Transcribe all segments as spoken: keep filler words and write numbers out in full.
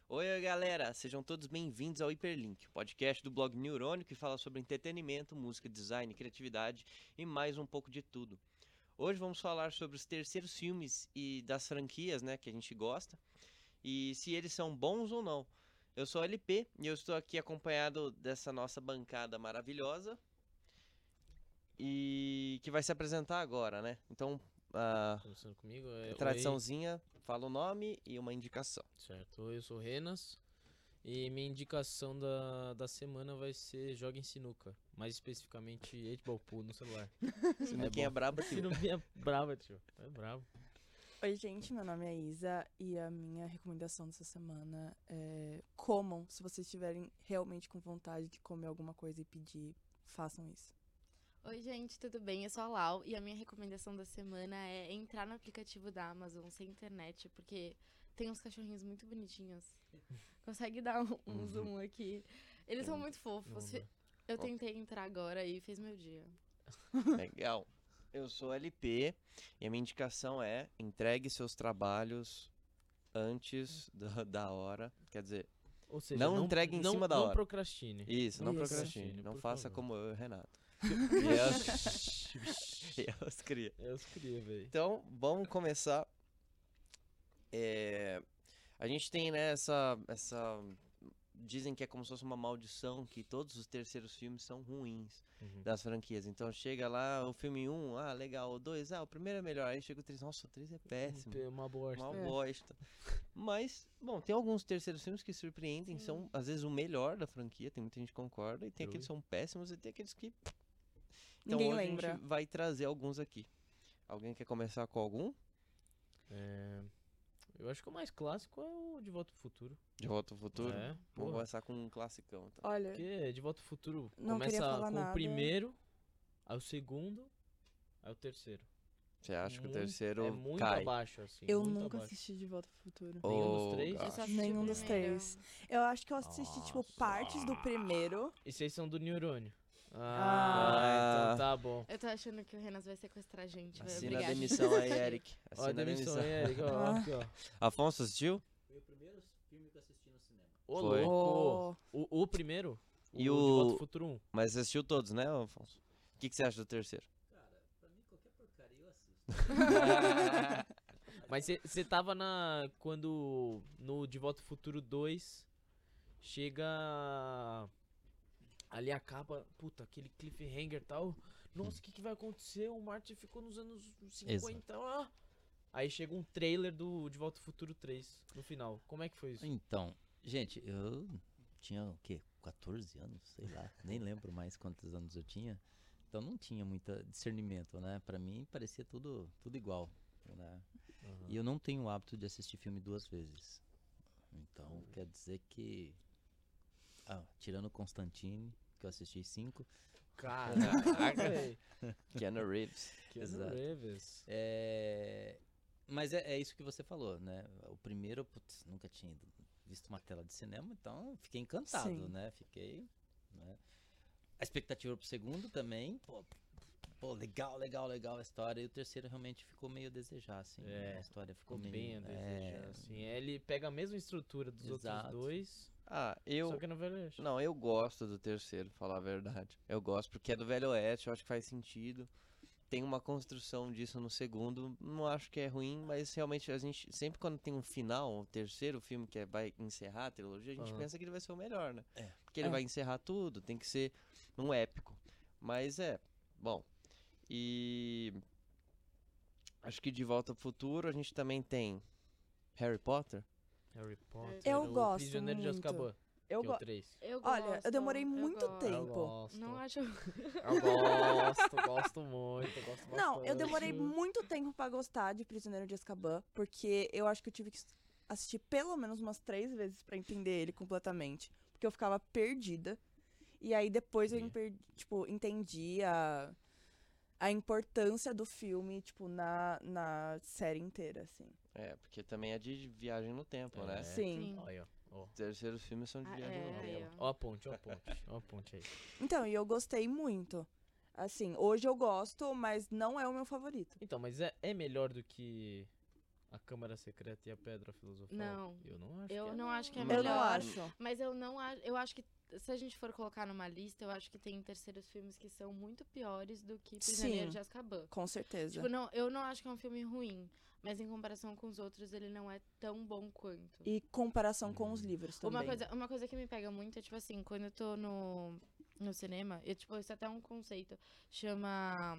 Oi, galera! Sejam todos bem-vindos ao Hiperlink, podcast do blog Neurônio que fala sobre entretenimento, música, design, criatividade e mais um pouco de tudo. Hoje vamos falar sobre os terceiros filmes e das franquias, né, que a gente gosta e se eles são bons ou não. Eu sou o L P e eu estou aqui acompanhado dessa nossa bancada maravilhosa e que vai se apresentar agora, né? Então, a Começando comigo, é... tradiçãozinha, fala o nome e uma indicação. Certo, oi, eu sou o Renas e minha indicação da, da semana vai ser Joguem Sinuca, mais especificamente oito Ball Pool no celular. Sinuquinha é braba, tio. Sinuquinha é braba, tio, é brabo. Oi, gente, meu nome é Isa e a minha recomendação dessa semana é comam. Se vocês estiverem realmente com vontade de comer alguma coisa e pedir, façam isso. Oi, gente, tudo bem? Eu sou a Lau e a minha recomendação da semana é entrar no aplicativo da Amazon sem internet, porque tem uns cachorrinhos muito bonitinhos. Consegue dar um, um Uhum. zoom aqui? Eles são muito fofos. Não, não. Eu tentei entrar agora e fez meu dia. Legal. Eu sou L P e a minha indicação é entregue seus trabalhos antes da, da hora. Quer dizer, Ou seja, Não entregue em não, cima da não hora. procrastine. isso, não Isso. procrastine. Não Por faça favor. como eu e o Renato. E eu, e eu os cria. Eu os queria, velho. Então, vamos começar. É, a gente tem, né, essa, essa... Dizem que é como se fosse uma maldição, que todos os terceiros filmes são ruins Uhum. das franquias. Então chega lá, o filme um, ah, legal, o dois, ah, o primeiro é melhor. Aí chega o três, nossa, o três é péssimo. Uma bosta. Uma É. bosta. Mas, bom, tem alguns terceiros filmes que surpreendem, Sim. são às vezes o melhor da franquia, tem muita gente que concorda, e tem True. aqueles que são péssimos e tem aqueles que... Então Ninguém hoje a lembra. gente vai trazer alguns aqui. Alguém quer começar com algum? É... Eu acho que o mais clássico é o De Volta pro Futuro. De Volta ao Futuro? É, Vamos porra. começar com um classicão, então. Olha, Porque De Volta pro Futuro Não começa queria falar com nada. o primeiro, aí o segundo, aí o terceiro. Você acha que o Muito- terceiro é muito cai? abaixo, assim. eu muito nunca abaixo. assisti De Volta pro Futuro. Nenhum dos Oh, três? God. Eu só assisti Nenhum o dos primeiro. três. Eu acho que eu assisti, tipo, Nossa. partes do primeiro. E vocês são do neurônio? Ah. Ah, então tá bom. Eu tô achando que o Renas vai sequestrar a gente. Vai Assina a obrigar demissão gente. aí, Eric. Ó, Assina a a demissão, demissão. hein, Eric? Ó, Ah. aqui, ó. Afonso assistiu? Foi o primeiro filme que eu assisti no cinema. Ô, Foi. louco. O, o primeiro? E o o- De Volta pro Futuro um? Mas você assistiu todos, né, Afonso? O que, que você acha do terceiro? Cara, pra mim qualquer porcaria eu assisto. Mas você tava na... Quando no De Volta pro Futuro dois chega... Ali acaba, puta, aquele cliffhanger e tal. Nossa, o que, que vai acontecer? O Marty ficou nos anos cinquenta. Ah. Aí chega um trailer do De Volta pro Futuro três no final. Como é que foi isso? Então, gente, eu tinha o quê? quatorze anos, sei lá, nem lembro mais quantos anos eu tinha. Então não tinha muito discernimento, né? Pra mim parecia tudo, tudo igual, né? Aham. E eu não tenho o hábito de assistir filme duas vezes. Então quer dizer que, ah, tirando Constantine, que eu assisti cinco, Caraca, velho. Keanu Reeves. Keanu Exato. Reeves. É... Mas é, é isso que você falou, né? O primeiro, putz, nunca tinha ido- visto uma tela de cinema, então fiquei encantado, Sim. né? Fiquei, né? A expectativa pro segundo também, pô, pô, legal, legal, legal a história. E o terceiro realmente ficou meio a desejar, assim. É, a história ficou, Ficou meio... bem a é, desejar, assim. Ele pega a mesma estrutura dos Exato. outros dois, Ah, eu... só que no Velho Oeste. Não, eu gosto do terceiro, falar a verdade. Eu gosto porque é do Velho Oeste, eu acho que faz sentido. Tem uma construção disso no segundo, não acho que é ruim, mas realmente a gente, sempre quando tem um final, o terceiro filme que é- vai encerrar a trilogia, a gente Aham. pensa que ele vai ser o melhor, né? É. Porque ele É. vai encerrar tudo, tem que ser um épico. Mas é, bom. E acho que De Volta ao Futuro a gente também tem Harry Potter. Harry Potter, Eu o gosto Prisioneiro de muito. Azkaban, Eu que é o go... três. Eu Olha, gosto, eu demorei muito gosto. tempo. Eu gosto. Não acho... Eu gosto, gosto muito, gosto bastante. Não, eu demorei muito tempo pra gostar de Prisioneiro de Azkaban, porque eu acho que eu tive que assistir pelo menos umas três vezes pra entender ele completamente, porque eu ficava perdida. E aí depois eu Sim. emper- tipo, entendi a, a importância do filme, tipo, na, na série inteira, assim. É, porque também é de viagem no tempo, É. né? Sim. Sim. Olha, ó. Os terceiros filmes são de Ah, viagem no é, tempo. aí, Ó a ponte, ó a ponte, ó a ponte aí. Então, e eu gostei muito. Assim, hoje eu gosto, mas não é o meu favorito. Então, mas é, é melhor do que A Câmara Secreta e a Pedra Filosofal? Não. Eu não acho Eu que é não acho que é Eu melhor. não acho. Mas eu não acho. Eu acho que se a gente for colocar numa lista, eu acho que tem terceiros filmes que são muito piores do que Prisioneiro Sim. de Azkaban. Com certeza. Tipo, não, eu não acho que é um filme ruim, mas em comparação com os outros, ele não é tão bom quanto. E comparação com os livros também. Uma coisa, uma coisa que me pega muito é, tipo assim, quando eu tô no, no cinema, eu, tipo, isso é até um conceito, chama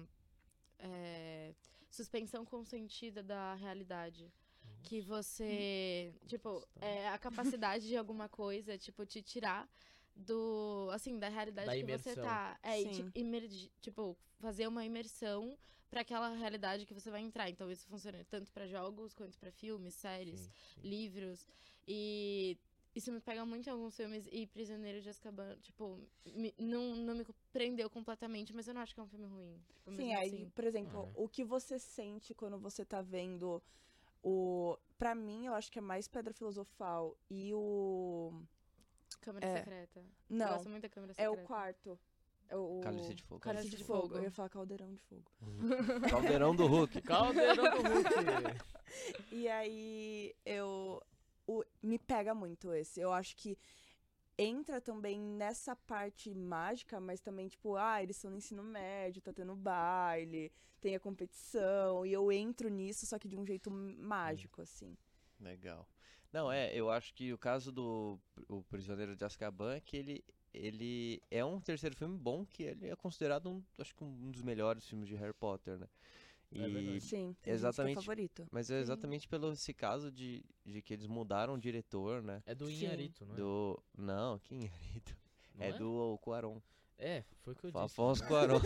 é, suspensão consentida da realidade. Que você, tipo, é a capacidade de alguma coisa, tipo, te tirar do, assim, da realidade Da que você imersão. tá. É, e Sim. te imergi- tipo, fazer uma imersão pra aquela realidade que você vai entrar. Então, isso funciona tanto pra jogos, quanto pra filmes, séries, Sim, sim. livros. E isso me pega muito em alguns filmes. E Prisioneiro de Azkaban, tipo, me- não, não me prendeu completamente, mas eu não acho que é um filme ruim. Tipo, Sim, mesmo aí, assim. por exemplo, Ah, é. o que você sente quando você tá vendo o... Pra mim, eu acho que é mais Pedra Filosofal e o... Câmara É. Secreta. Eu Não, gosto muito da Câmara é Secreta. o quarto. É o... Cálice de Fogo. Cálice Cálice de de Fogo. Fogo. Eu ia falar Caldeirão de Fogo. Caldeirão do Hulk. Caldeirão do Hulk! E aí, eu... O, me pega muito esse. Eu acho que entra também nessa parte mágica, mas também, tipo, ah, eles estão no ensino médio, tá tendo baile, tem a competição, e eu entro nisso, só que de um jeito mágico, assim. Legal. Não, é, eu acho que o caso do o Prisioneiro de Azkaban é que ele, ele é um terceiro filme bom, que ele é considerado um, acho que um dos melhores filmes de Harry Potter, né? É E, verdade. Sim, tem exatamente. gente que é favorito. mas é exatamente pelo esse caso de, de que eles mudaram o diretor, né? É do Sim. Inharito, não é? Do, não, que Inharito. Não É do Cuarón. É, foi o que eu disse. Afonso Cuarón.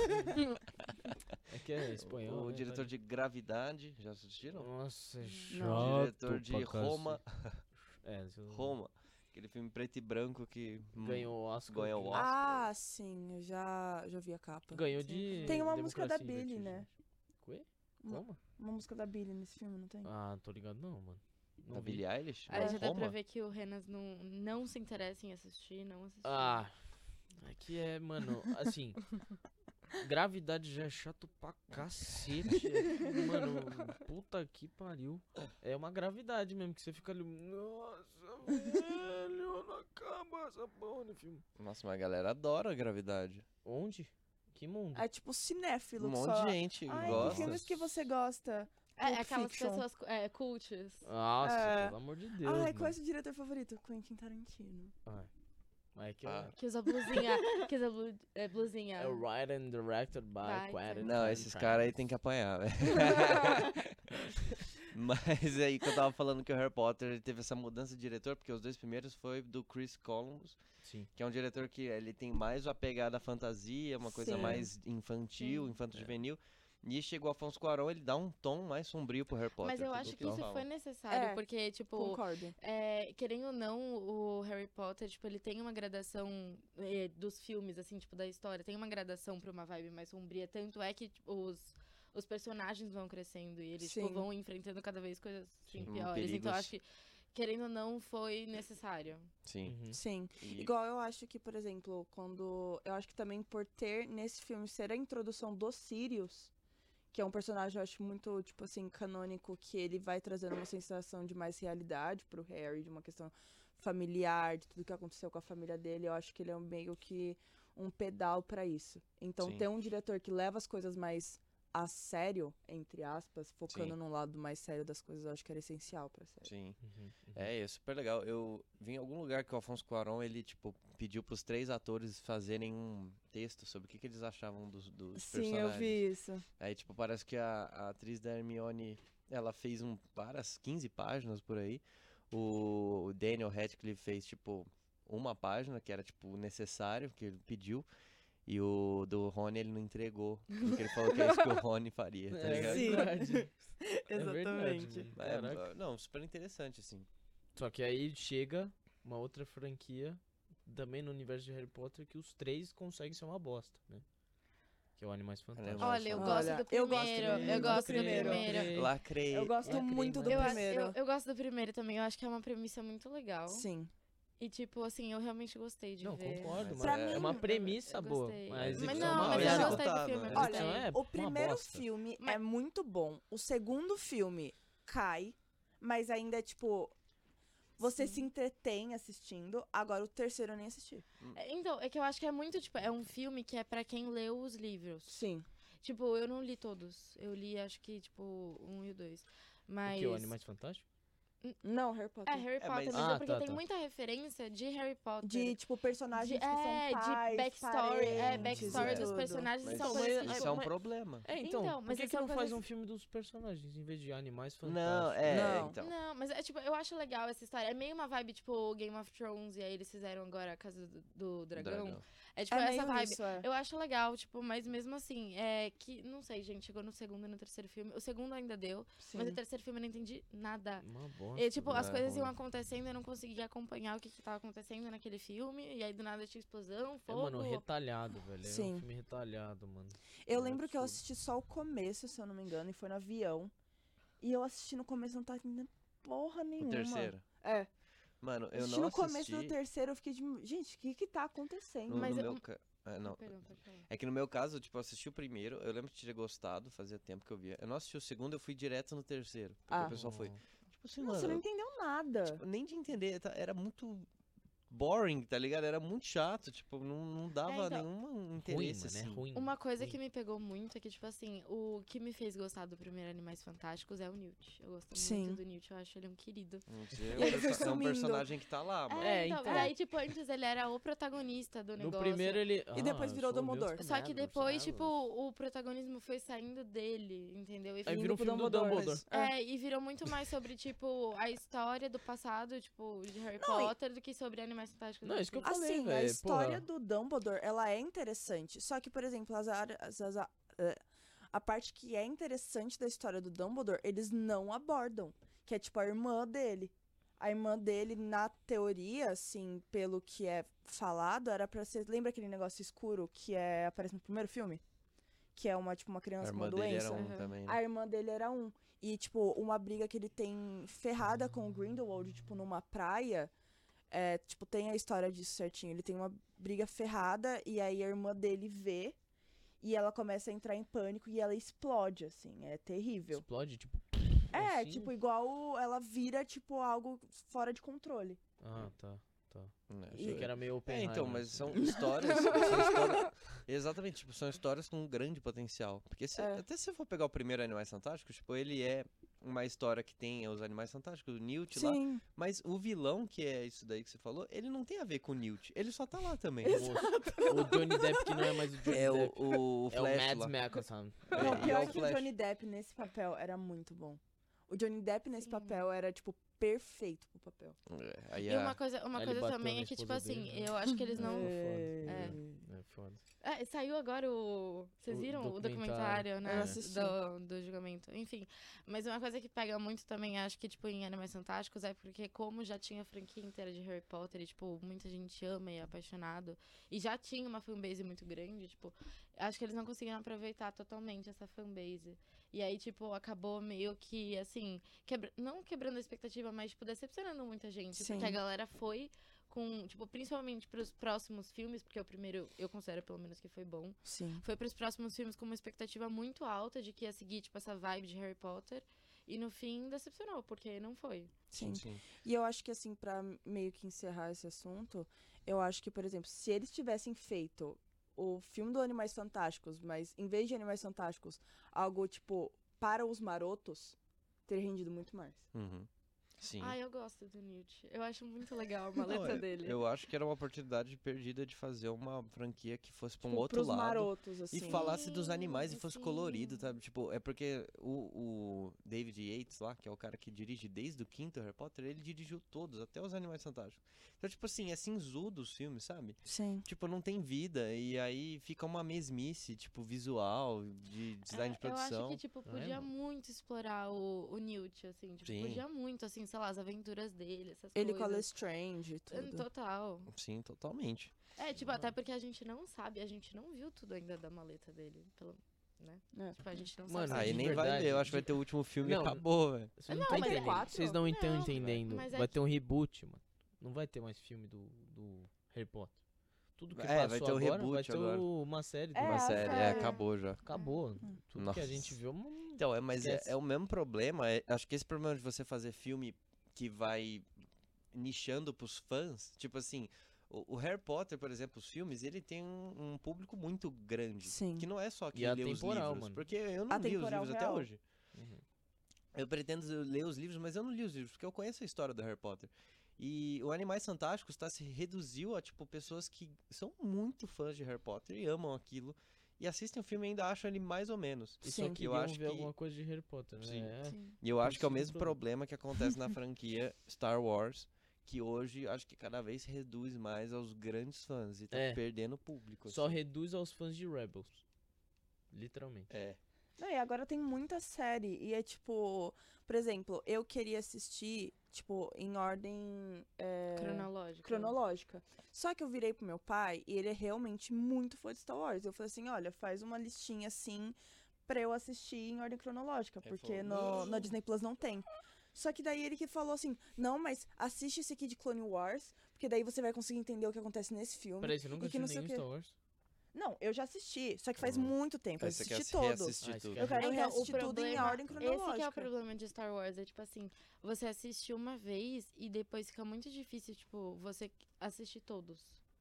É que é espanhol, O né? diretor de Gravidade, já assistiram? Nossa, é Não. chato Diretor de pra cacete. Roma. É, isso- Roma. Aquele filme preto e branco que hum, Ganhou o Oscar. ganhou o que- Oscar. Ah, sim, eu já, já vi a capa. Ganhou Sim. de Tem uma música da Democracia em Billie, Vertigem. né? Quê? Uma- Como? Uma música da Billie nesse filme, não tem? Ah, tô ligado não, mano. Não Da vi. Billie Eilish? Aí já dá Roma? pra ver que o Renas não, não se interessa em assistir, não assistiu. Ah, aqui é, mano, assim... Gravidade já é chato pra cacete. é, Mano, puta que pariu. É uma gravidade mesmo, que você fica ali... Nossa, velho, não acaba essa porra de filme. Nossa, mas a galera adora a Gravidade. Onde? Que mundo? É tipo cinéfilo. Um que monte só... de gente Ai, que gosta. filmes que você gosta? É, Pulp aquelas Fiction. pessoas é, cultas. Nossa, É. pelo amor de Deus. Ai, mano. qual é o seu diretor favorito? Quentin Tarantino. Ai. Mas é que Ah. eu... Que usa blusinha. que usa blu, é, blusinha. É written and directed by By Quentin Não, esses caras aí tem que apanhar, velho. Mas aí que eu tava falando que o Harry Potter ele teve essa mudança de diretor, porque os dois primeiros foi do Chris Columbus, Sim. que é um diretor que ele tem mais a pegada à fantasia, uma coisa Sim. mais infantil, Sim. infanto-juvenil. E chegou Afonso Cuarón, ele dá um tom mais sombrio pro Harry Potter. Mas eu tudo acho que eu isso falo. foi necessário, É, porque, tipo, Concordo. é, querendo ou não, o Harry Potter, tipo, ele tem uma gradação é, dos filmes, assim, tipo, da história, tem uma gradação pra uma vibe mais sombria, tanto é que tipo, os, os personagens vão crescendo e eles, tipo, Sim. vão enfrentando cada vez coisas, assim, Sim, piores. Então, perigos. eu acho que, querendo ou não, foi necessário. Sim. Uhum. Sim. E- Igual eu acho que, por exemplo, quando. Eu acho que também por ter nesse filme ser a introdução do Sirius, que é um personagem, eu acho, muito, tipo assim, canônico, que ele vai trazendo uma sensação de mais realidade pro Harry, de uma questão familiar, de tudo que aconteceu com a família dele. Eu acho que ele é um- meio que um pedal pra isso. Então, Sim. ter um diretor que leva as coisas mais a sério, entre aspas, focando Sim. num lado mais sério das coisas, eu acho que era essencial pra série. Sim. Uhum, uhum. É, é super legal. Eu vi em algum lugar que o Afonso Cuarón, ele, tipo, pediu pros três atores fazerem um texto sobre o que, que eles achavam dos, dos Sim, personagens. eu vi isso. Aí, tipo, parece que a, a atriz da Hermione, ela fez um, várias quinze páginas por aí. O, o Daniel Radcliffe fez, tipo, uma página, que era, tipo, necessário, que ele pediu. E o do Rony, ele não entregou. Porque ele falou que é isso que o Rony faria, tá É ligado? Sim. verdade. É Exatamente. verdade, mano. É, Caraca. não, super interessante, assim. Só que aí chega uma outra franquia, também no universo de Harry Potter, que os três conseguem ser uma bosta, né? Que é o Animais Fantásticos. Olha, eu Olha, gosto do eu gosto primeiro. muito Eu do gosto do primeiro. primeiro. Lacrei. Eu gosto Lacrei, muito do mano. Eu, acho- primeiro. eu, eu gosto do primeiro também. Eu acho que é uma premissa muito legal. Sim. E, tipo, assim, eu realmente gostei de Não, ver. concordo, Mas mas Pra é mim, uma premissa eu boa. gostei. Mas, a Mas execução não, é uma mas eu merda. gostei do Executado, filme. né? Eu Olha, gostei. é o uma primeiro bosta. filme Mas- é muito bom. O segundo filme cai. mas ainda é tipo. Você se entretém assistindo, agora o terceiro eu nem assisti. É, Então, é que eu acho que é muito, tipo, é um filme que é pra quem leu os livros. Sim. Tipo, eu não li todos. Eu li, acho que, tipo, um e o dois. Mas... O que, o Animais Fantásticos? Não, Harry Potter. É, Harry Potter, mas- mas, Ah, é porque tá, tem tá. muita referência de Harry Potter. De, tipo, personagens De- que é, são pais, de backstory, é, parentes backstory e dos tudo. personagens Mas são Então, coisas mas- que, isso tipo, é um mas- problema. É, então, Então, por mas que, que são não faz coisas- um filme dos personagens em vez de Animais Fantásticos? Não, é, Não. então. Não, mas é tipo, eu acho legal essa história. É meio uma vibe, tipo, Game of Thrones, e aí eles fizeram agora a Casa do, do Dragão. Dragão. É tipo É essa meio vibe. isso, é. Eu acho legal, tipo, mas mesmo assim, é que, não sei, gente, chegou no segundo e no terceiro filme. O segundo ainda deu, Sim. mas o terceiro filme eu não entendi nada. Uma bosta. E, tipo, as É, coisas iam ruim. acontecendo, eu não conseguia acompanhar o que, que tava acontecendo naquele filme. E aí do nada tinha explosão, É, fogo. mano, retalhado, velho. É Sim. um filme retalhado, mano. Eu É lembro que eu absurdo. assisti só o começo, se eu não me engano, e foi no avião. E eu assisti no começo, não tá entendendo porra O nenhuma. terceiro. É. Mano, eu assisti não no começo assisti. do terceiro, eu fiquei de. Gente, o que que tá acontecendo? No, Mas no eu- meu ca- é, não. Perdão, pode falar. É que no meu caso, tipo, eu assisti o primeiro, eu lembro de ter gostado, fazia tempo que eu via. Eu não assisti o segundo, eu fui direto no terceiro. Porque Ah. o pessoal foi. Oh. Tipo assim, Não, mano. você não entendeu nada. tipo, nem de entender, tá- era muito boring, tá ligado? Era muito chato, tipo, não, não dava então, nenhum Ruim, interesse, mano, é assim. ruim. Uma coisa ruim. que me pegou muito é que, tipo assim, o que me fez gostar do primeiro Animais Fantásticos é o Newt. Eu gosto Sim. muito do Newt, eu acho ele um querido. Não sei, é um E ele foi perso- é um sumindo. personagem que tá lá, mano. É, É, então, então. e aí, tipo, antes ele era o protagonista do No negócio. primeiro ele. E depois Ah, virou sou o Newt Dumbledore. Só que Scamander, depois, sabe? tipo, o protagonismo foi saindo dele, entendeu? E Aí foi- virou um pro filme do Dumbledore. Dumbledore. É. É, e virou muito mais sobre, tipo, a história do passado, tipo, de Harry Não, e- Potter do que sobre Animais Fantásticos. Não, em isso que eu si. falei, Assim, a velho, história porra. do Dumbledore, ela é interessante. Só que, por exemplo, as áreas. as- a- eh, a parte que é interessante da história do Dumbledore, eles não abordam. Que é tipo a irmã dele. A irmã dele, na teoria, assim, pelo que é falado, era pra ser. Lembra aquele negócio escuro que é, aparece no primeiro filme? Que é uma, tipo, uma A criança com uma irmã dele doença. era um Uhum. também, né? A irmã dele era um. E, tipo, uma briga que ele tem ferrada com o Grindelwald, tipo, numa praia. É, tipo, tem a história disso certinho. Ele tem uma briga ferrada e aí a irmã dele vê e ela começa a entrar em pânico e ela explode, assim. É terrível. Explode, tipo. É, assim? tipo, igual ela vira, tipo, algo fora de controle. Ah, tá. Né, E- Achei que era meio open É, então, Heimer, mas assim. são histórias. são histórias exatamente, tipo, são histórias com um grande potencial. Porque se- É. até se você for pegar o primeiro Animais Fantásticos, tipo, ele é uma história que tem os Animais Fantásticos, o Newt lá. Sim. Mas o vilão, que é isso daí que você falou, ele não tem a ver com o Newt. Ele só tá lá também. O, o Johnny Depp, que não é mais o Johnny É o, Depp. o É o Flash Mads lá. Mikkelsen. É, Não, e é pior o que o Flash. Johnny Depp nesse papel era muito bom. O Johnny Depp nesse Sim. papel era, tipo, perfeito pro papel. É, aí E a- uma coisa, uma Aí ele coisa bateu também na é que, tipo esposa assim, dele, né? eu acho que eles não. É. É. É foda. É, saiu agora o. Vocês O viram o documentário. documentário, Eu né? assisti. Do, do julgamento. Enfim. Mas uma coisa que pega muito também, acho que, tipo, em Animais Fantásticos, é porque, como já tinha a franquia inteira de Harry Potter, e, tipo, muita gente ama e é apaixonado, e já tinha uma fanbase muito grande, tipo, acho que eles não conseguiram aproveitar totalmente essa fanbase. E aí, tipo, acabou meio que, assim, quebra... não quebrando a expectativa, mas, tipo, decepcionando muita gente. Sim. Porque a galera foi com, tipo, principalmente pros próximos filmes, porque o primeiro eu considero pelo menos que foi bom. Sim. Foi pros próximos filmes com uma expectativa muito alta de que ia seguir, tipo, essa vibe de Harry Potter. E no fim decepcionou, porque não foi. Sim. sim. E eu acho que, assim, pra meio que encerrar esse assunto, eu acho que, por exemplo, se eles tivessem feito o filme do Animais Fantásticos, mas em vez de Animais Fantásticos, algo, tipo, para os marotos, teria rendido muito mais. Uhum. Sim. Ah, eu gosto do Newt. Eu acho muito legal a Não, maleta eu- dele. Eu acho que era uma oportunidade perdida de fazer uma franquia que fosse pra um Tipo, outro pros lado. marotos, assim. E falasse dos animais e Sim, fosse sim. colorido, sabe? Tipo, é porque o, o David Yates lá, que é o cara que dirige desde o quinto Harry Potter, ele dirigiu todos, até os Animais Fantásticos. Então, tipo assim, é cinzudo os filmes, sabe? Sim. Tipo, não tem vida, e aí fica uma mesmice, tipo, visual, de design É, de produção. Eu acho que, tipo, podia mano. muito explorar o, o Newt, assim. Tipo, Sim. podia muito, assim, sei lá, as aventuras dele, essas Ele com a coisas. Lestrange e É, tudo. Total. Sim, totalmente. É, tipo, até porque a gente não sabe, a gente não viu tudo ainda da maleta dele, pelo, né? É. Tipo, a gente não Mano, sabe. Aí de nem vai verdade, ver, eu acho que vai de- ter o último filme e Não, acabou, velho. Vocês Não, não, tão mas é entendendo. quatro? Vocês não estão Não, entendendo. mas é Vai que- ter um reboot, mano. Não vai ter mais filme do, do Harry Potter. tudo que É, passou vai ter o agora, vai reboot ter agora. o- uma série. do- É, Uma a série, é, série. acabou já. Acabou. Tudo Nossa. que a gente viu... hum, Então, é, mas é, Esquece. é o mesmo problema. é- acho que esse problema de você fazer filme que vai nichando pros fãs, tipo assim, o, o Harry Potter, por exemplo, os filmes, ele tem um, um público muito grande. Sim. Que não é só quem E lê os atemporal, livros. mano. Porque eu não li os Atemporal livros até real. hoje. Uhum. Eu pretendo ler os livros, mas eu não li os livros, porque eu conheço a história do Harry Potter. E o Animais Fantásticos tá, se reduziu a, tipo, pessoas que são muito fãs de Harry Potter e amam aquilo. E assistem o filme e ainda acham ele mais ou menos. E Sim. só eu queriam acho ver que... alguma coisa de Harry Potter, né? Sim. É. Sim. E eu acho que é o Esse é o mesmo problema. problema que acontece na franquia Star Wars, que hoje acho que cada vez reduz mais aos grandes fãs e tá É. perdendo público. Só assim. reduz aos fãs de Rebels. Literalmente. É. Não, e agora tem muita série. E é tipo, por exemplo, eu queria assistir, tipo, em ordem é, Cronológico. cronológica. Só que eu virei pro meu pai e ele é realmente muito fã de Star Wars. Eu falei assim, olha, faz uma listinha assim pra eu assistir em ordem cronológica, Aí porque falou, no, na Disney Plus não tem. Só que daí ele que falou assim, não, mas assiste esse aqui de Clone Wars, porque daí você vai conseguir entender o que acontece nesse filme. Peraí, você nunca e que não assistiu sei nenhum o quê. Star Wars? Não, eu já assisti, só que faz Hum. muito tempo. Eu Aí você quer assisti todo. reassistir Ah, tudo. Eu quero Então, reassistir tudo em ordem Esse cronológica. que é o problema de Star Wars, é tipo assim, você assiste uma vez e depois fica muito difícil, tipo, você assistir todos.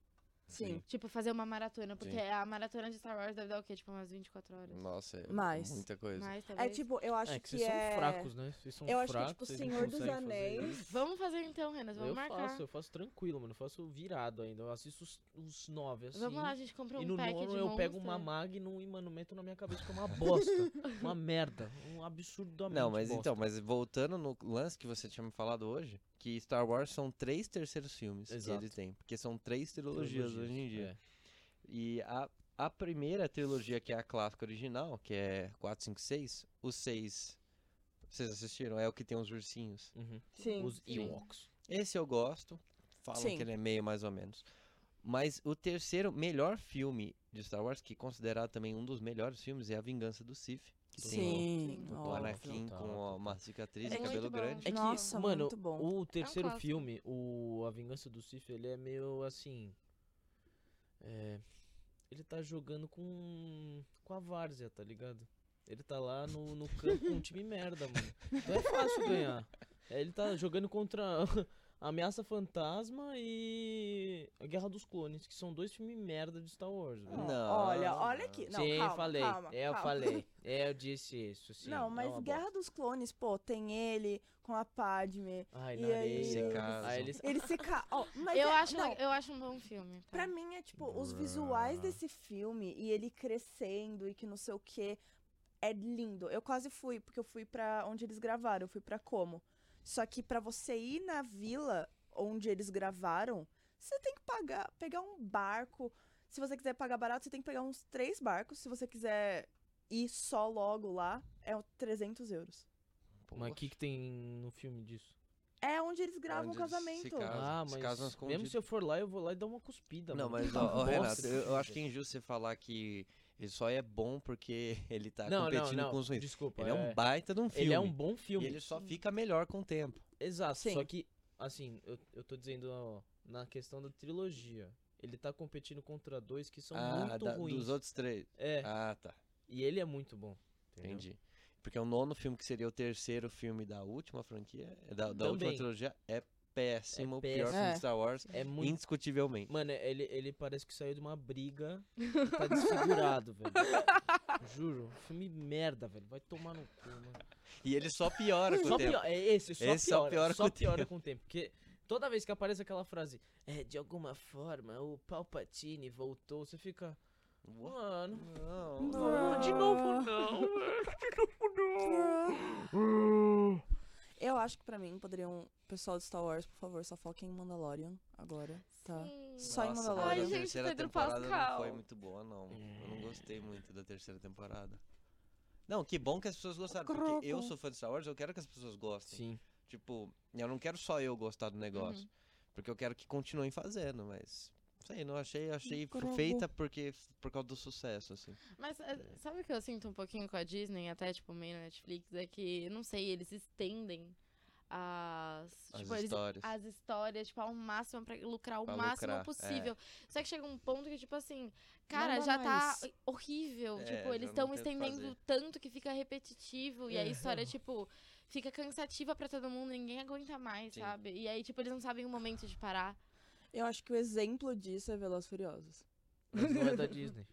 Sim. Tipo, fazer uma maratona, porque Sim. a maratona de Star Wars deve dar o quê? Tipo, umas vinte e quatro horas. Nossa, é Mais. muita coisa. Mais, É talvez. tipo, eu acho É que que vocês é... são fracos, né? Vocês são Eu acho que é fracos, tipo vocês não Senhor dos conseguem fazer Anéis. isso. Vamos fazer então, Renas, vamos Eu marcar. faço, eu faço tranquilo, mano. Eu faço virado ainda. Eu assisto os, os nove, assim. Vamos lá, a gente compra um E no pack nono de eu pego Monster. uma Magnum e, mano, meto na minha cabeça que é uma bosta. uma merda. Um absurdamente Não, mas bosta. então, mas voltando no lance que você tinha me falado hoje, que Star Wars são três terceiros filmes Exato. que eles têm, porque são três trilogias, Trilogias, hoje em dia. é. E a, a primeira trilogia, que é a clássica original, que é quatro, cinco, seis, os seis, vocês assistiram? É o que tem os ursinhos. Uhum. Sim. Os Sim. Ewoks. Esse eu gosto, falam Sim. que ele é meio mais ou menos. Mas o terceiro melhor filme de Star Wars, que é considerado também um dos melhores filmes, é A Vingança do Sith. Que tem Sim. o, o Nossa. Anakin Total, com total. uma cicatriz É e muito cabelo bom. grande. É que, Nossa, mano, muito bom. o terceiro clássico. filme, o A Vingança do Sith, ele é meio assim. É, ele tá jogando com, com a várzea, tá ligado? Ele tá lá no, no campo com um time merda, mano. Então é fácil ganhar. É, ele tá jogando contra a Ameaça Fantasma e a Guerra dos Clones, que são dois filmes merda de Star Wars, velho. Não. Olha, olha aqui. Não, Sim, calma, falei. calma, é, eu calma. falei. É, eu disse isso, sim. Não, é mas uma Guerra bosta. dos Clones, pô, tem ele com a Padme. Ai, e na aí areia. Se eles- casam. Aí eles... Ele se ca... ó, mas Eu, é- acho, não, eu acho um bom filme. tá? Pra mim é tipo, os Bruh. visuais desse filme e ele crescendo e que não sei o que é lindo. Eu quase fui, porque eu fui pra onde eles gravaram, eu fui pra Como. Só que pra você ir na vila onde eles gravaram, você tem que pagar, pegar um barco. Se você quiser pagar barato, você tem que pegar uns três barcos. Se você quiser ir só logo lá, é trezentos euros. Mas o que, que tem no filme disso? É onde eles gravam Onde o eles se casamento. casam. Ah, se mas casam mesmo escondidos. se eu for lá, eu vou lá e dar uma cuspida, Não, mano. mas, Tá ó, ó, bosta Renato, esse eu, eu filme, acho que é velho. injusto você falar que ele só é bom porque ele tá Não, não, competindo não, com os ruins. desculpa. Ele é um baita de um filme. Ele é um bom filme. E ele só fica melhor com o tempo. Exato, Sim. só que, assim, eu, eu tô dizendo ó, na questão da trilogia. Ele tá competindo contra dois que são ah, muito da- ruins. dos outros três. É, Ah, tá. e ele é muito bom. Entendeu? Entendi. Porque o nono filme, que seria o terceiro filme da última franquia, da, da última Também. trilogia, é péssimo. É O pior péssimo. filme É. de Star Wars, É muito. indiscutivelmente. Mano, ele, ele parece que saiu de uma briga e tá desfigurado, velho. Juro, filme merda, velho. Vai tomar no cu, mano. E ele só piora com Só o tempo. pior, é esse, só Esse só piora, piora só com o piora tempo. com o tempo. Porque toda vez que aparece aquela frase, é, de alguma forma, o Palpatine voltou, você fica, mano, Não. não, de novo não, Eu acho que pra mim poderiam. Pessoal de Star Wars, por favor, só foquem em Mandalorian agora, tá? Sim. Só em Nossa, Mandalorian. mas Ai, a gente, terceira Pedro temporada não Pascal. foi muito boa, não. Eu não gostei muito da terceira temporada. Não, que bom que as pessoas gostaram, porque eu sou fã de Star Wars, eu quero que as pessoas gostem. Sim. Tipo, eu não quero só eu gostar do negócio, porque eu quero que continuem fazendo, mas... Sei, não achei, achei Grogu. feita porque, por causa do sucesso, assim. Mas é, sabe o que eu sinto um pouquinho com a Disney, até tipo meio na Netflix, é que, não sei, eles estendem as, As tipo, eles- histórias. as histórias, tipo, ao máximo pra lucrar o Pra máximo lucrar, possível. Só que chega um ponto que, tipo assim, cara, dá já tá mais. horrível. É, tipo, já eles não estão tem o que estendendo fazer. tanto que fica repetitivo. E a É, história, é. tipo, fica cansativa pra todo mundo, ninguém aguenta mais, Sim. sabe? E aí, tipo, eles não sabem o momento de parar. Eu acho que o exemplo disso é Velozes e Furiosos. Mas não é da Disney.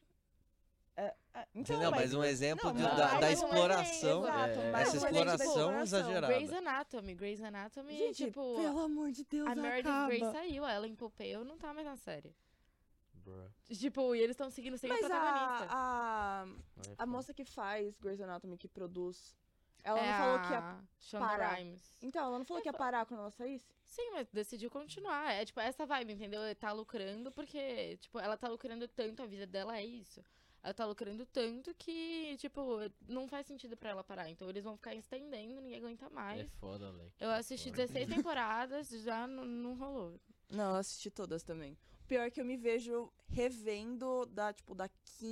É, é, então, Entendeu? Mas um exemplo não, de- mas- da, mas da um exploração. Exato, É, mas essa um exemplo da exploração exagerada. Grey's Anatomy. Grey's Anatomy, Gente, tipo, pelo amor de Deus, a Meredith acaba. Grey saiu, a Ellen Pompeo não tá mais na série. Bruh. Tipo, e eles estão seguindo sem Mas a protagonista. a, a, Aí é a foda. moça que faz Grey's Anatomy, que produz, ela é não falou que ia... a Shonda parar. Rhimes. Então, ela não falou que ia parar quando ela saísse? Sim, mas decidiu continuar. É tipo essa vibe, entendeu? Tá lucrando porque, tipo, ela tá lucrando tanto, a vida dela é isso. Ela tá lucrando tanto que, tipo, não faz sentido pra ela parar. Então eles vão ficar estendendo, ninguém aguenta mais. É foda, Alec. Eu assisti Foda. dezesseis temporadas, já não, não rolou. Não, eu assisti todas também. O pior é que eu me vejo revendo da, tipo, da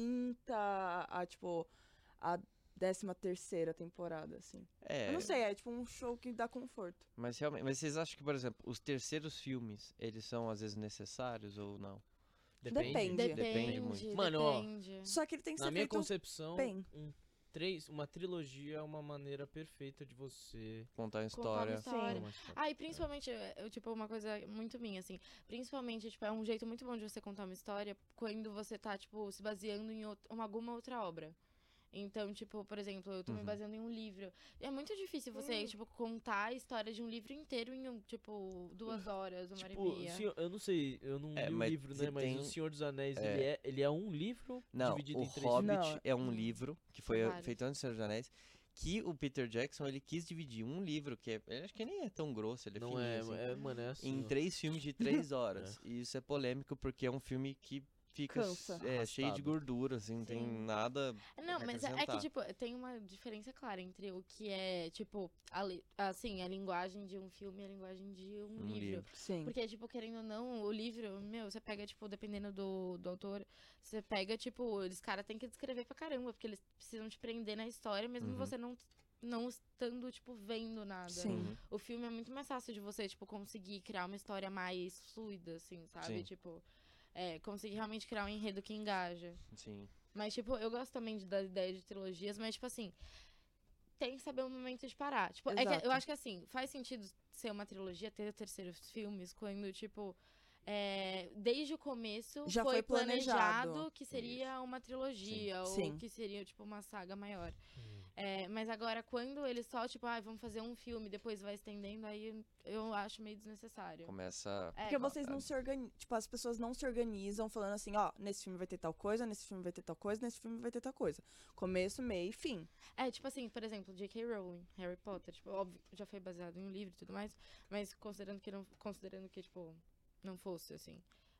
quinta a, tipo, a décima terceira temporada, assim. É, Eu não sei, é tipo um show que dá conforto. mas realmente. Mas vocês acham que, por exemplo, os terceiros filmes, eles são às vezes necessários ou não? Depende. Depende Depende, muito. Mano, ó, depende. Só que ele tem que Na ser minha feito concepção, bem. um, três, uma trilogia é uma maneira perfeita de você Contar a Contar uma história. história. uma história. Ah, e principalmente, eu, tipo, uma coisa muito minha, assim. Principalmente, tipo, é um jeito muito bom de você contar uma história quando você tá, tipo, se baseando em out- uma, alguma outra obra. Então, tipo, por exemplo, eu tô me Uhum. baseando em um livro. É muito difícil você, Hum. tipo, contar a história de um livro inteiro em, um, tipo, duas horas, uma hora e Tipo, meia. senhor- eu não sei, eu não É, li o mas livro, você né? Mas tem- o Senhor dos Anéis, é. Ele, é, ele é um livro Não, dividido o em três Hobbit Não. é um Hum. livro que foi São vários. feito antes do Senhor dos Anéis, que o Peter Jackson ele quis dividir um livro que é, eu acho que nem é tão grosso, ele é Não fininho, é, assim, é, mano, é assim. em ó. três filmes de três horas. E isso é polêmico porque é um filme que fica Cansa. é, cheio de Arrastado. gordura, assim, não tem Sim. nada. Não, pra mas é, é que, acrescentar. tipo, tem uma diferença clara entre o que é, tipo, a, li- assim, a linguagem de um filme e a linguagem de um, Um livro. livro. Sim. Porque, tipo, querendo ou não, o livro, meu, você pega, tipo, dependendo do, do autor, você pega, tipo, eles caras têm que descrever pra caramba, porque eles precisam te prender na história, mesmo Uhum. você não, não estando, tipo, vendo nada. Sim. Uhum. O filme é muito mais fácil de você, tipo, conseguir criar uma história mais fluida, assim, sabe? Sim. Tipo, é, conseguir realmente criar um enredo que engaja. Sim. Mas, tipo, eu gosto também de, da ideia de trilogias, mas, tipo assim, tem que saber o momento de parar. Tipo, é que Exato. eu acho que, assim, faz sentido ser uma trilogia, ter terceiros filmes, quando, tipo, é, desde o começo Já foi foi planejado. que seria uma trilogia, ou Sim. que seria, tipo, uma saga maior. Hum. É, mas agora, quando eles só, tipo, ah, vamos fazer um filme, depois vai estendendo, aí eu acho meio desnecessário. Começa. É, Porque co- vocês não se organizam, tipo, as pessoas não se organizam falando assim, ó, nesse filme vai ter tal coisa, nesse filme vai ter tal coisa, nesse filme vai ter tal coisa. Começo, meio e fim. É, tipo assim, por exemplo, J K. Rowling, Harry Potter, tipo, óbvio, já foi baseado em um livro e tudo mais, mas considerando que não, considerando que, tipo, não fosse, assim,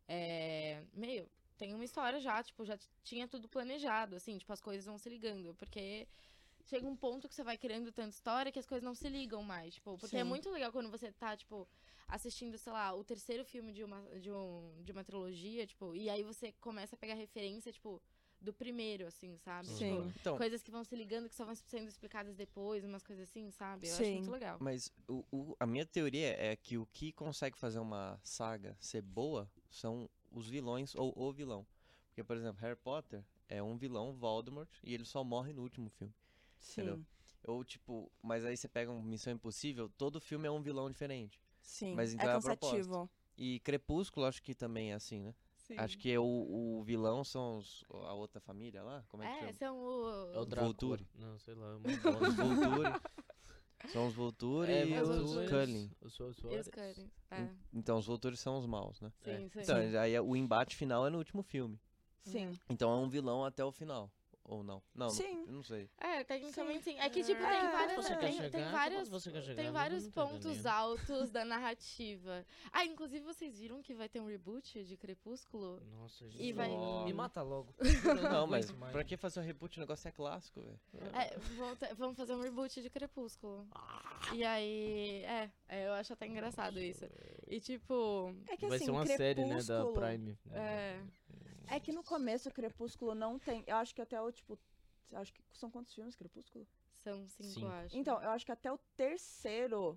é, meio, tem uma história já, tipo, já t- tinha tudo planejado, assim, tipo, as coisas vão se ligando, porque chega um ponto que você vai criando tanta história que as coisas não se ligam mais, tipo, porque é Sim. muito legal quando você tá, tipo, assistindo, sei lá, o terceiro filme de uma, de um, de uma trilogia, tipo, e aí você começa a pegar referência, tipo, do primeiro, assim, sabe? Sim. Tipo, Então, coisas que vão se ligando, que só vão sendo explicadas depois, umas coisas assim, sabe? Eu acho Sim. muito legal. mas o, o- a minha teoria é que o que consegue fazer uma saga ser boa são os vilões ou o vilão. Porque, por exemplo, Harry Potter é um vilão, Voldemort, e ele só morre no último filme. Sim. Entendeu? Ou tipo, mas aí você pega um Missão Impossível, todo filme é um vilão diferente. Sim. Mas então é é a proposta. cansativo. E Crepúsculo acho que também é assim, né? Sim. Acho que é o, o vilão são os- a outra família lá, como é que É, chama? são o... É o Drácula. Volturi. Não, sei lá. É uma Os bosta. Volturi. São os Volturi É, e mas os Volturi- Cullen. Os, os, E os Cullens. É, Então os Volturi são os maus, né? É. sim, sim. Então, aí o embate final é no último filme. Sim. Então é um vilão até o final. Ou não? Não, Sim. não, eu não sei. É, tecnicamente sim. É que, tipo, É, tem várias... Você quer Tem, chegar? tem Que vários... ponto você quer chegar? Tem Eu vários não tô pontos entendendo. altos da narrativa. Ah, inclusive vocês viram que vai ter um reboot de Crepúsculo? Nossa, gente. E vai- Me mata logo. Não, mas aguento mais. pra que fazer um reboot? O negócio é clássico, velho. É, vão ter- vamos fazer um reboot de Crepúsculo. E aí, é, é, eu acho até engraçado isso. E tipo, É que Vai assim, ser uma série, né, da Crepúsculo- Prime. é, É que no começo o Crepúsculo não tem. Eu acho que até o tipo. Acho que são quantos filmes, Crepúsculo? são cinco, Cinco. acho. Então, eu acho que até o terceiro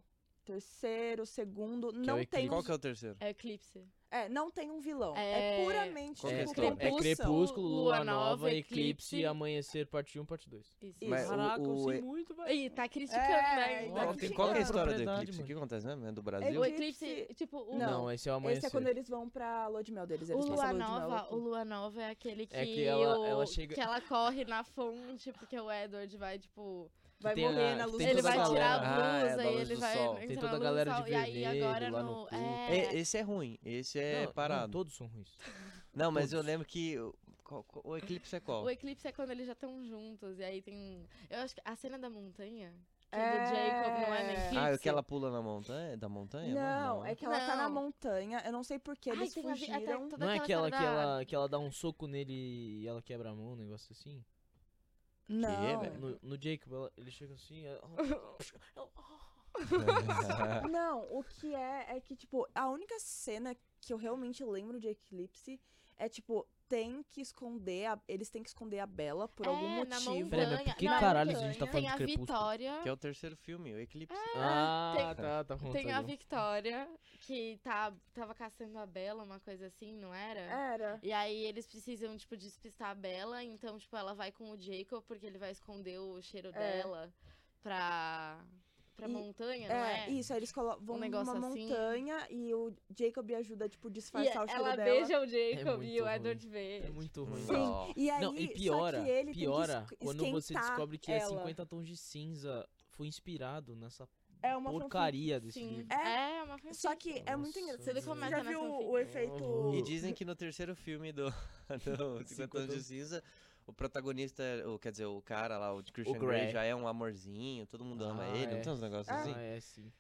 terceiro, o segundo, é o não tem Eclipse. Qual um, que é o terceiro? É Eclipse. é, não tem um vilão. É, É- puramente Qual que é tipo, esse nome? É compulsão. Crepúsculo, Lua Lua Nova, Nova, Eclipse, Eclipse. Amanhecer, parte um, parte dois. Isso. Mas o- Caraca, eu o- sei muito, velho. E tá criticando, É, né? ainda ainda. Qual, que que, tinha qual que é a história do propriedade, Eclipse? O que mano. acontece mesmo? É do É Brasil? O que- Eclipse, Eclipse- tipo, o, Não, Não, esse é o Amanhecer. Esse é quando eles vão pra lua de mel deles. o Eles passam a Lua lua de mel Nova, aqui. o Lua Nova é aquele que, É que ela- o- ela chega- que ela corre na fonte, porque o Edward vai, tipo... Vai tem a- morrer na que luz tem do Ele toda a vai sol. tirar a galera. Ah, é, blusa da e luz ele do vai sol. entrar Tem na toda a luz do galera de sol, e aí vermelho agora lá no no... culto. É, É, esse é ruim, esse é Não, parado. Não, todos são ruins. Não, mas eu todos. lembro que o, qual- qual- o Eclipse é qual? O Eclipse é quando eles já estão juntos, e aí tem... Eu acho que a cena da montanha, que É. do Jacob não é no Eclipse. Ah, é o que ela pula na montanha? Da montanha? Não, é que ela tá na Não. montanha. Eu não sei porque Ai, eles tem a vi- até fugiram. toda Não é aquela cena que da- ela, que ela dá um soco nele e ela quebra a mão, um negócio assim? Não. velho? No, no Jacob, ela- ele chega assim. Ela... Não, o que é, é que, tipo, a única cena que eu realmente lembro de Eclipse é, tipo, tem que esconder, a- eles têm que esconder a Bella por É, algum na motivo. Peraí, mas montanha. por que Na caralho a montanha. gente tá Tem falando a de Crepúsculo? Vitória... Que é o terceiro filme, o Eclipse. Ah, Tem- tá, tá bom. Tem tá a bom. Victoria, que tá, tava caçando a Bella, uma coisa assim, não era? Era. E aí eles precisam, tipo, despistar a Bella, então, tipo, ela vai com o Jacob, porque ele vai esconder o cheiro dela pra, pra E- montanha, não É, é? isso, aí eles colo- vão Um numa negócio assim. montanha e o Jacob ajuda, tipo, E disfarçar o cheiro ela dela. beija o Jacob É e o muito Edward vê. É muito ruim. Sim, Não. e aí, Não, e só piora, que ele piora tem que es- quando você esquentar descobre que é ela. cinquenta tons de cinza foi inspirado nessa É uma porcaria desse Sim. livro. É, É, uma fanfic. Só que é muito Nossa, engraçado. Tudo Você começa já na viu fanfic. o efeito... E dizem que no terceiro filme do, do cinquenta Tons de Cinza, o protagonista, o, quer dizer, o cara lá, o de Christian Grey, Grey. já é um amorzinho, todo mundo ama Ah, ele, é. não tem uns negócios Ah, assim? é, sim.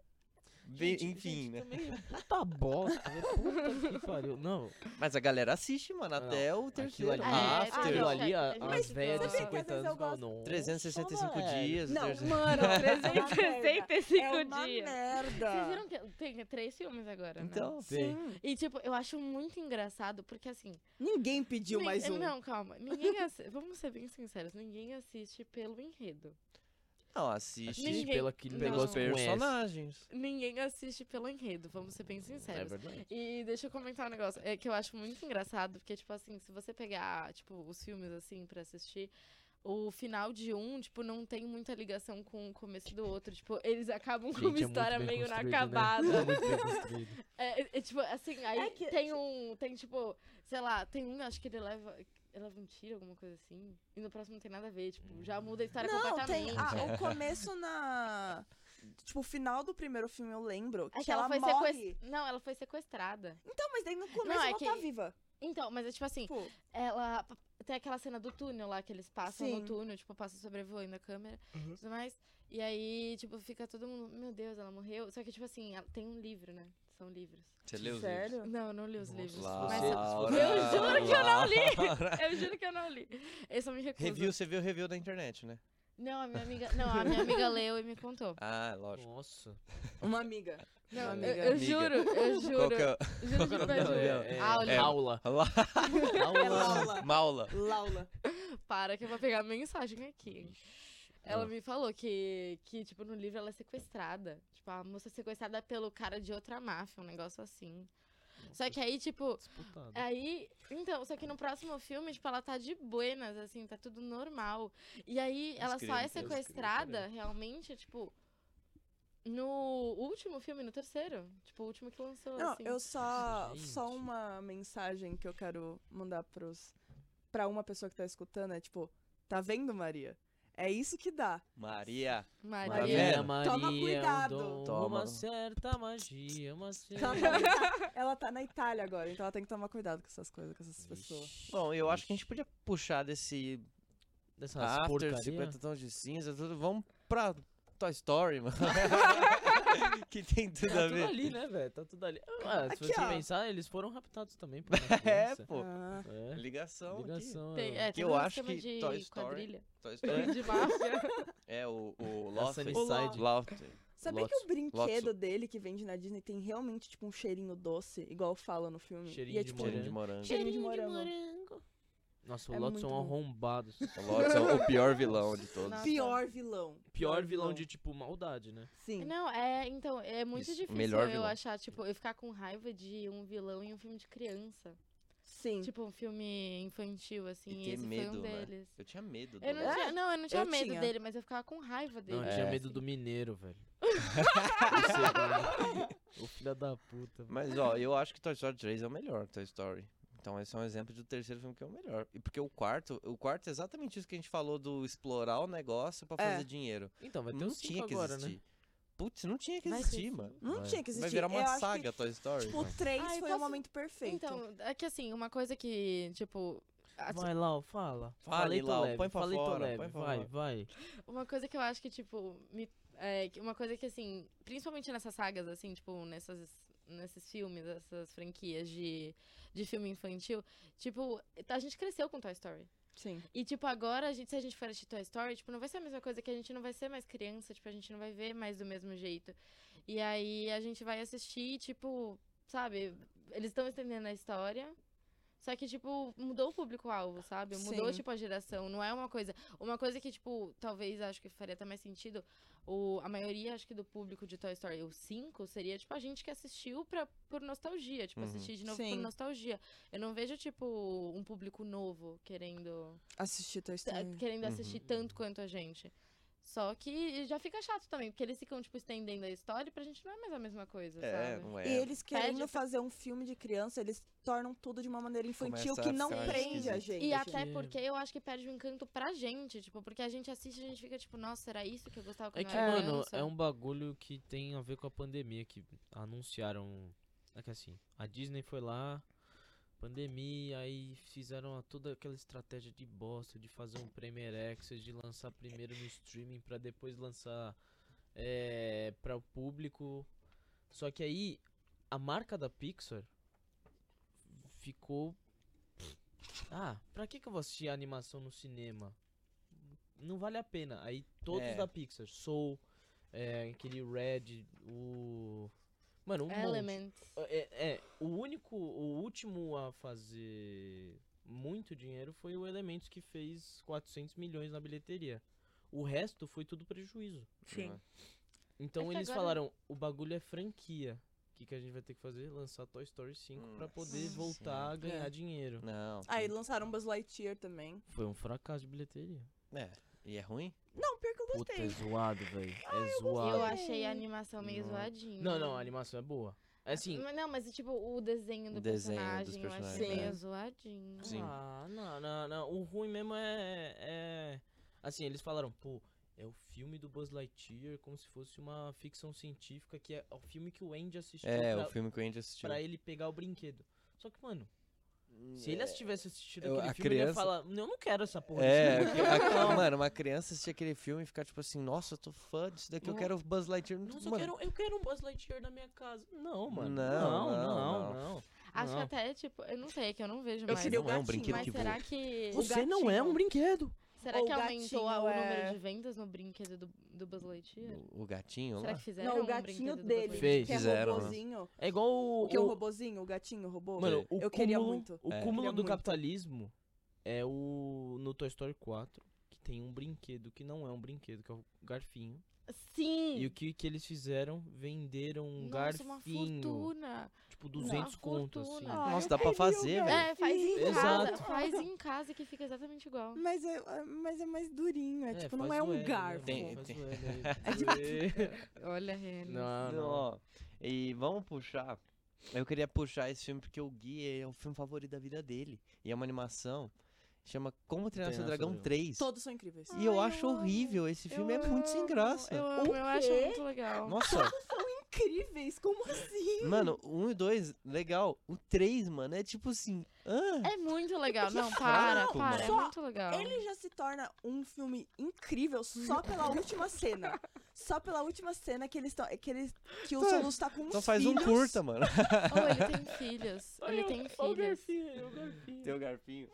Bem, Gente, enfim, gente, né? também puta bosta, né? Puta que pariu. Não, Mas a galera assiste, mano, Não, até o aquilo terceiro. ali, É, After. ah, aquilo não, ali, a- gente, as mas velhas de sabia que às cinquenta vezes anos eu falam, gosto- nossa, trezentos e sessenta e cinco velho. dias. o Não, terceiro- mano, trezentos e sessenta e cinco é uma dias. merda. Vocês viram que tem três filmes agora, né? Então, Tem. Sim. E, tipo, eu acho muito engraçado, porque, assim... Ninguém pediu nin- mais um. Não, calma. Ninguém assi- Vamos ser bem sinceros. Ninguém assiste pelo enredo. não, assiste Assiste Ninguém- pelo aquele não. pelos negócio com S. personagens. Ninguém assiste pelo enredo, vamos ser bem É sinceros. verdade. E deixa eu comentar um negócio, é que eu acho muito engraçado, porque, tipo assim, se você pegar, tipo, os filmes, assim, pra assistir, o final de um, tipo, não tem muita ligação com o começo do outro. Tipo, eles acabam com Gente, é uma muito história bem meio construído, né? inacabada. É muito bem construído. É, é, é, tipo, assim, aí É que- tem um, tem, tipo, sei lá, tem um, acho que ele leva... Ele leva um tiro, alguma coisa assim. E no próximo não tem nada a ver, tipo, já muda a história Não, completamente. tem a- o começo na... Tipo, o final do primeiro filme eu lembro É que, que ela, ela foi morre. sequestrada. Não, ela foi sequestrada. Então, mas daí no começo Não, é ela que- tá viva. Então, mas é tipo assim, Tipo, ela. Tem aquela cena do túnel lá que eles passam Sim. no túnel, tipo, passam sobrevoando a câmera e Uhum. tudo mais. E aí, tipo, fica todo mundo, meu Deus, ela morreu. Só que, tipo assim, ela- tem um livro, né? São livros. Você leu os livros? sério? Não, eu não li os Nossa, livros. Laura. Mas Laura. eu, eu juro que eu não li! Laura. Eu juro que eu não li. Eu só me recuso. Review, você viu o review da internet, né? Não, a minha amiga. Não, a minha amiga leu e me contou. Ah, lógico. Nossa. uma amiga. Não, eu, amiga. eu Amiga. juro, eu Qual juro. que é? Juro de Não, verdade. é, é, Aula. é aula. Lá- É Aula. Laula. Maula. Laula. Para que eu vou pegar a mensagem aqui. Ela Ah. me falou que, que, tipo, no livro ela é sequestrada. Tipo, a moça é sequestrada pelo cara de outra máfia, um negócio assim. Só que aí, tipo, Disputado. aí... Então, só que no próximo filme, tipo, ela tá de buenas, assim, tá tudo normal. E aí, ela só é Escreve, Deus, sequestrada, realmente, tipo... No último filme, no terceiro. Tipo, o último que lançou, Não, assim. eu só... Gente. Só uma mensagem que eu quero mandar pros... Pra uma pessoa que tá escutando é, tipo... Tá vendo, Maria? É isso que dá. Maria. Maria. Tá vendo? Maria, Toma um cuidado. dom, Toma. uma certa magia, uma certa... Ela tá, na Ita- ela tá na Itália agora, então ela tem que tomar cuidado com essas coisas, com essas pessoas. Ixi, Bom, eu acho que a gente podia puxar desse dessas After, porcaria. cinquenta Tons de Cinza, tudo. Vamos pra Toy Story, mano. Que tem tudo Tá a tudo ver. ali, né, velho? Tá tudo ali. Ah, se Aqui, você ó. pensar, eles foram raptados também por uma É, criança. pô. Ah, É. Ligação, Ligação. Tem, é. é, Que tem eu um acho esquema que de Toy Story- quadrilha. aqui. Toy Story. De máfia. É, o, o A Lost. Sunnyside. Lost. sabia que Lots- o brinquedo lots- dele que vende na Disney tem realmente, tipo, um cheirinho doce, igual fala no filme? Cheirinho e é, de tipo, Cheirinho de morango. cheirinho de morango. Nossa, o É Lotus é um muito bom. arrombado. O Lotus é o pior vilão de todos. Nossa. Pior vilão. Pior vilão de, tipo, maldade, né? Sim. Não, é, então, é muito Isso, difícil melhor eu vilão. achar, tipo, eu ficar com raiva de um vilão em um filme de criança. Sim. Tipo, um filme infantil, assim, E e ter esse medo, foi um né? deles. Eu tinha medo do Eu não, É? tinha, não, eu não tinha Eu medo tinha. dele, mas eu ficava com raiva dele. Não, eu É. tinha medo do mineiro, velho. O segundo. O filho da puta. Mas, ó, eu acho que Toy Story três é o melhor Toy Story. Então esse é um exemplo do terceiro filme que é o melhor. E porque o quarto, o quarto é exatamente isso que a gente falou do explorar o negócio pra É. fazer dinheiro. Então, vai ter Não o cinco tinha que agora, existir. né? Putz, não tinha que Vai ter existir, sim. mano. Não Vai. tinha que existir. Vai virar uma Eu acho saga que, Toy Story. tipo, o três Ai, foi posso- o momento perfeito. Então, é que assim, uma coisa que, tipo. assim, Vai, Lau, fala. Fale, Falei, tô Lau, leve. põe pra Falei, tô fora, leve. põe pra Vai, fora. vai. Uma coisa que eu acho que, tipo, me, é, que- uma coisa que, assim, principalmente nessas sagas, assim, tipo, nessas, nesses filmes, essas franquias de, de filme infantil, tipo, a gente cresceu com Toy Story. Sim. E, tipo, agora, a gente, se a gente for assistir Toy Story, tipo, não vai ser a mesma coisa, que a gente não vai ser mais criança, tipo, a gente não vai ver mais do mesmo jeito. E aí, a gente vai assistir, tipo, sabe, eles estão estendendo a história. Só que, tipo, mudou o público-alvo, sabe? Mudou, Sim. tipo, a geração. Não é uma coisa... Uma coisa que, tipo, talvez acho que faria até mais sentido. O, a maioria, acho que, do público de Toy Story, o cinco, seria, tipo, a gente que assistiu pra, por nostalgia. Tipo, Uhum. assistir de novo Sim. por nostalgia. Eu não vejo, tipo, um público novo querendo... Assistir Toy tá- Story. querendo assistir Uhum. tanto quanto a gente. Só que já fica chato também, porque eles ficam, tipo, estendendo a história e pra gente não é mais a mesma coisa, É, sabe? não é. E eles querendo Pede- fazer um filme de criança, eles tornam tudo de uma maneira infantil Começa que a não ficar prende a esquisito. gente. E até Que- porque eu acho que perde o encanto pra gente, tipo, porque a gente assiste e a gente fica tipo, nossa, era isso que eu gostava quando É que, eu era mano, criança? é um bagulho que tem a ver com a pandemia, que anunciaram. É que assim, a Disney foi lá, pandemia, aí fizeram a- toda aquela estratégia de bosta de fazer um Premiere Access, de lançar primeiro no streaming pra depois lançar é, para o público. Só que aí a marca da Pixar ficou. Ah, pra que que eu vou assistir a animação no cinema? Não vale a pena. Aí todos É. da Pixar, Soul, é, aquele Red, o. Mano, um monte. Elements. É, é, o único, o último a fazer muito dinheiro foi o Elementos, que fez quatrocentos milhões na bilheteria. O resto foi tudo prejuízo. Sim. Então É que eles agora- falaram, o bagulho é franquia. O que, que a gente vai ter que fazer? Lançar Toy Story cinco pra poder Nossa voltar a ganhar É. dinheiro. Não. Aí lançaram Buzz Lightyear também. Foi um fracasso de bilheteria. É. E é ruim? Não, pior que eu Puta, gostei. é zoado, velho. É zoado. Eu achei a animação meio Não. zoadinha. Não, não, a animação é boa. É assim. Mas não, mas tipo, o desenho do O desenho dos personagem, eu achei personagens, meio é. zoadinho. Sim. Ah, não, não, não. O ruim mesmo é, é. Assim, eles falaram, pô, é o filme do Buzz Lightyear como se fosse uma ficção científica, que é o filme que o Andy assistiu É, pra, o filme que o Andy assistiu. pra ele pegar o brinquedo. Só que, mano, se ele É. tivesse assistido Eu- aquele a filme, ele ia criança- falar, não, eu não quero essa porra É, desse que- filme. a- mano, uma criança assistir aquele filme e ficar tipo assim, nossa, eu tô fã disso daqui, eu Não. quero o Buzz Lightyear. Nossa, eu Mano, quero, eu quero um Buzz Lightyear na minha casa. Não, mano. Não, Não, não, não, não. não. Acho que Não. até, tipo, eu não sei, é que eu não vejo Eu mais. queria o não é um gatinho, brinquedo Mas que será voa. que. Você não é um gatinho. brinquedo. Será Ou que o aumentou gatinho o é- número de vendas no brinquedo do, do Buzz Lightyear? o, o gatinho Será lá. que fizeram Não, o um gatinho brinquedo do dele, Buzz Fez. que é Fizeram, né? robozinho. É igual o. Que é o o- robozinho, o gatinho, o robô. Mano, o eu queria cúmulo, muito. O É. cúmulo Queria do muito. capitalismo é o no Toy Story quatro, que tem um brinquedo que não é um brinquedo, que é o garfinho. Sim! E o que, que eles fizeram? Venderam um Nossa, uma garfinho. fortuna! Tipo, duzentos Uma conto, assim. fortuna. Ah, Nossa, eu dá pra queria o fazer, velho. É, faz em Exato. casa, faz em casa que fica exatamente igual. Mas é, mas é mais durinho, é, tipo, não faz é um zoeira, né, garfo. Tem- faz tem- zoeira aí. Olha, Renan. Não, Não, não. ó, e vamos puxar. Eu queria puxar esse filme porque o Gui é o filme favorito da vida dele. E é uma animação. Chama Como Treinar Seu Treinar Seu Dragão Dragão. três. Todos são incríveis. E eu Ai, acho eu amo. horrível. Esse filme Eu é muito sem amo, graça. Eu amo, O eu acho quê? muito legal. Nossa, Incríveis, como assim? mano, o um e dois, legal. O três, mano, é tipo assim. Ah, É muito legal. Não, para, fraco, para. mano. É Só muito legal. Ele já se torna um filme incrível só pela última cena. Só pela última cena que eles estão. Que, eles, que o Tá. Solus tá com então os faz um filhos. curta, mano. Ou ele tem filhos. Ele tem filhos. Teu garfinho.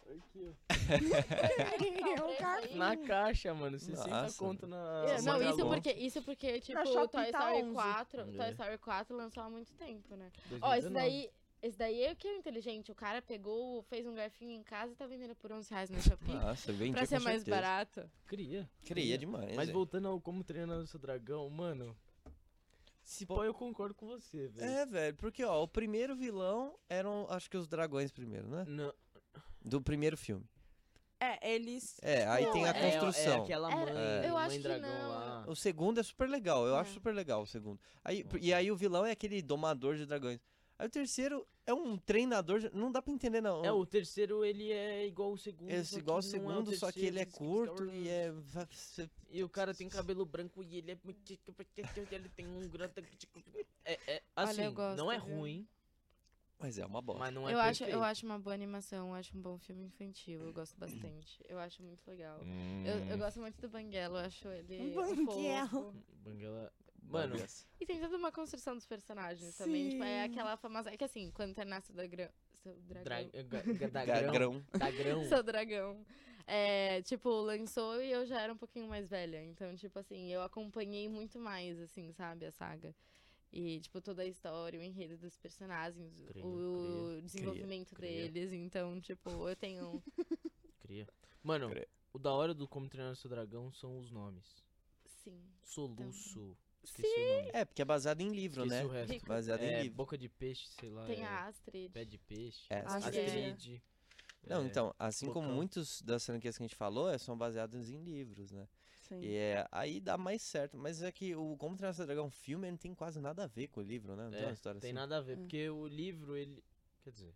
É um garfinho. Na caixa, mano. sessenta Nossa. conto na. É, não, isso Magalu. porque, isso porque, tipo, Na o Shopee Toy tá Story onze. quatro, Toy É. Story quatro lançou há muito tempo, né? dois mil Ó, e esse dezenove. daí, Esse daí é o que é inteligente. O cara pegou, fez um garfinho em casa e tá vendendo por onze reais no Shopee. Nossa, vendia pra ser com mais certeza. barato. Cria. Cria demais. Mas velho. voltando ao Como Treinar o Seu Dragão, mano. Se Pô. pô, eu concordo com você, velho. É, velho, porque, ó, o primeiro vilão eram, acho que os dragões primeiro, né? Não, Do primeiro filme. É, eles. É, aí Não, tem a é- é, construção. é aquela Era- mãe, eu mãe acho que dragão não. lá. O segundo é super legal, eu É. acho super legal o segundo. Aí, Nossa. e aí o vilão é aquele domador de dragões. Aí o terceiro é um treinador, de- não dá pra entender não. É, o terceiro ele é igual o segundo. É só igual ao que não é o segundo, só que terceiro, ele é diz que curto fica- e é... E o cara tem cabelo branco e ele é. Ele tem um grande. É, é assim, eu gosto, não é viu? ruim, Mas é uma bosta. mas não é Eu acho, perfeito. eu acho uma boa animação, eu acho um bom filme infantil, eu gosto bastante. Eu acho muito legal. Hum. Eu, eu gosto muito do Banguelo, eu acho ele Banguelo. fofo. Banguela. Mano, E tem toda uma construção dos personagens também. Tipo, é Sim. aquela famosa. É que assim, quando terminar seu dragão. Seu dra... dragão. ga- ga- dagrão. Gagrão. Dagrão. Seu dragão. É, tipo, lançou e eu já era um pouquinho mais velha. Então, tipo assim, eu acompanhei muito mais, assim, sabe, a saga. E, tipo, toda a história, o enredo dos personagens, Cria, o cria, desenvolvimento cria. deles. Então, tipo, eu tenho. Cria. Mano, Cria. o da hora do Como Treinar o Seu Dragão são os nomes. Sim. Soluço. Esqueci o nome. É, porque é baseado em livro, Esqueci né? o resto. Rico. Baseado em É, livro. boca de peixe, sei lá. Tem é, a Astrid. Pé de peixe. É, Astrid. Astrid. Não, é, então, assim como Bocão. muitos das franquias que a gente falou, é, são baseados em livros, né? Sim. E é, aí dá mais certo. Mas é que o Como Treinar Seu Dragão filme ele não tem quase nada a ver com o livro, né? Não tem É, uma história tem assim. nada a ver, Hum. porque o livro, ele. Quer dizer.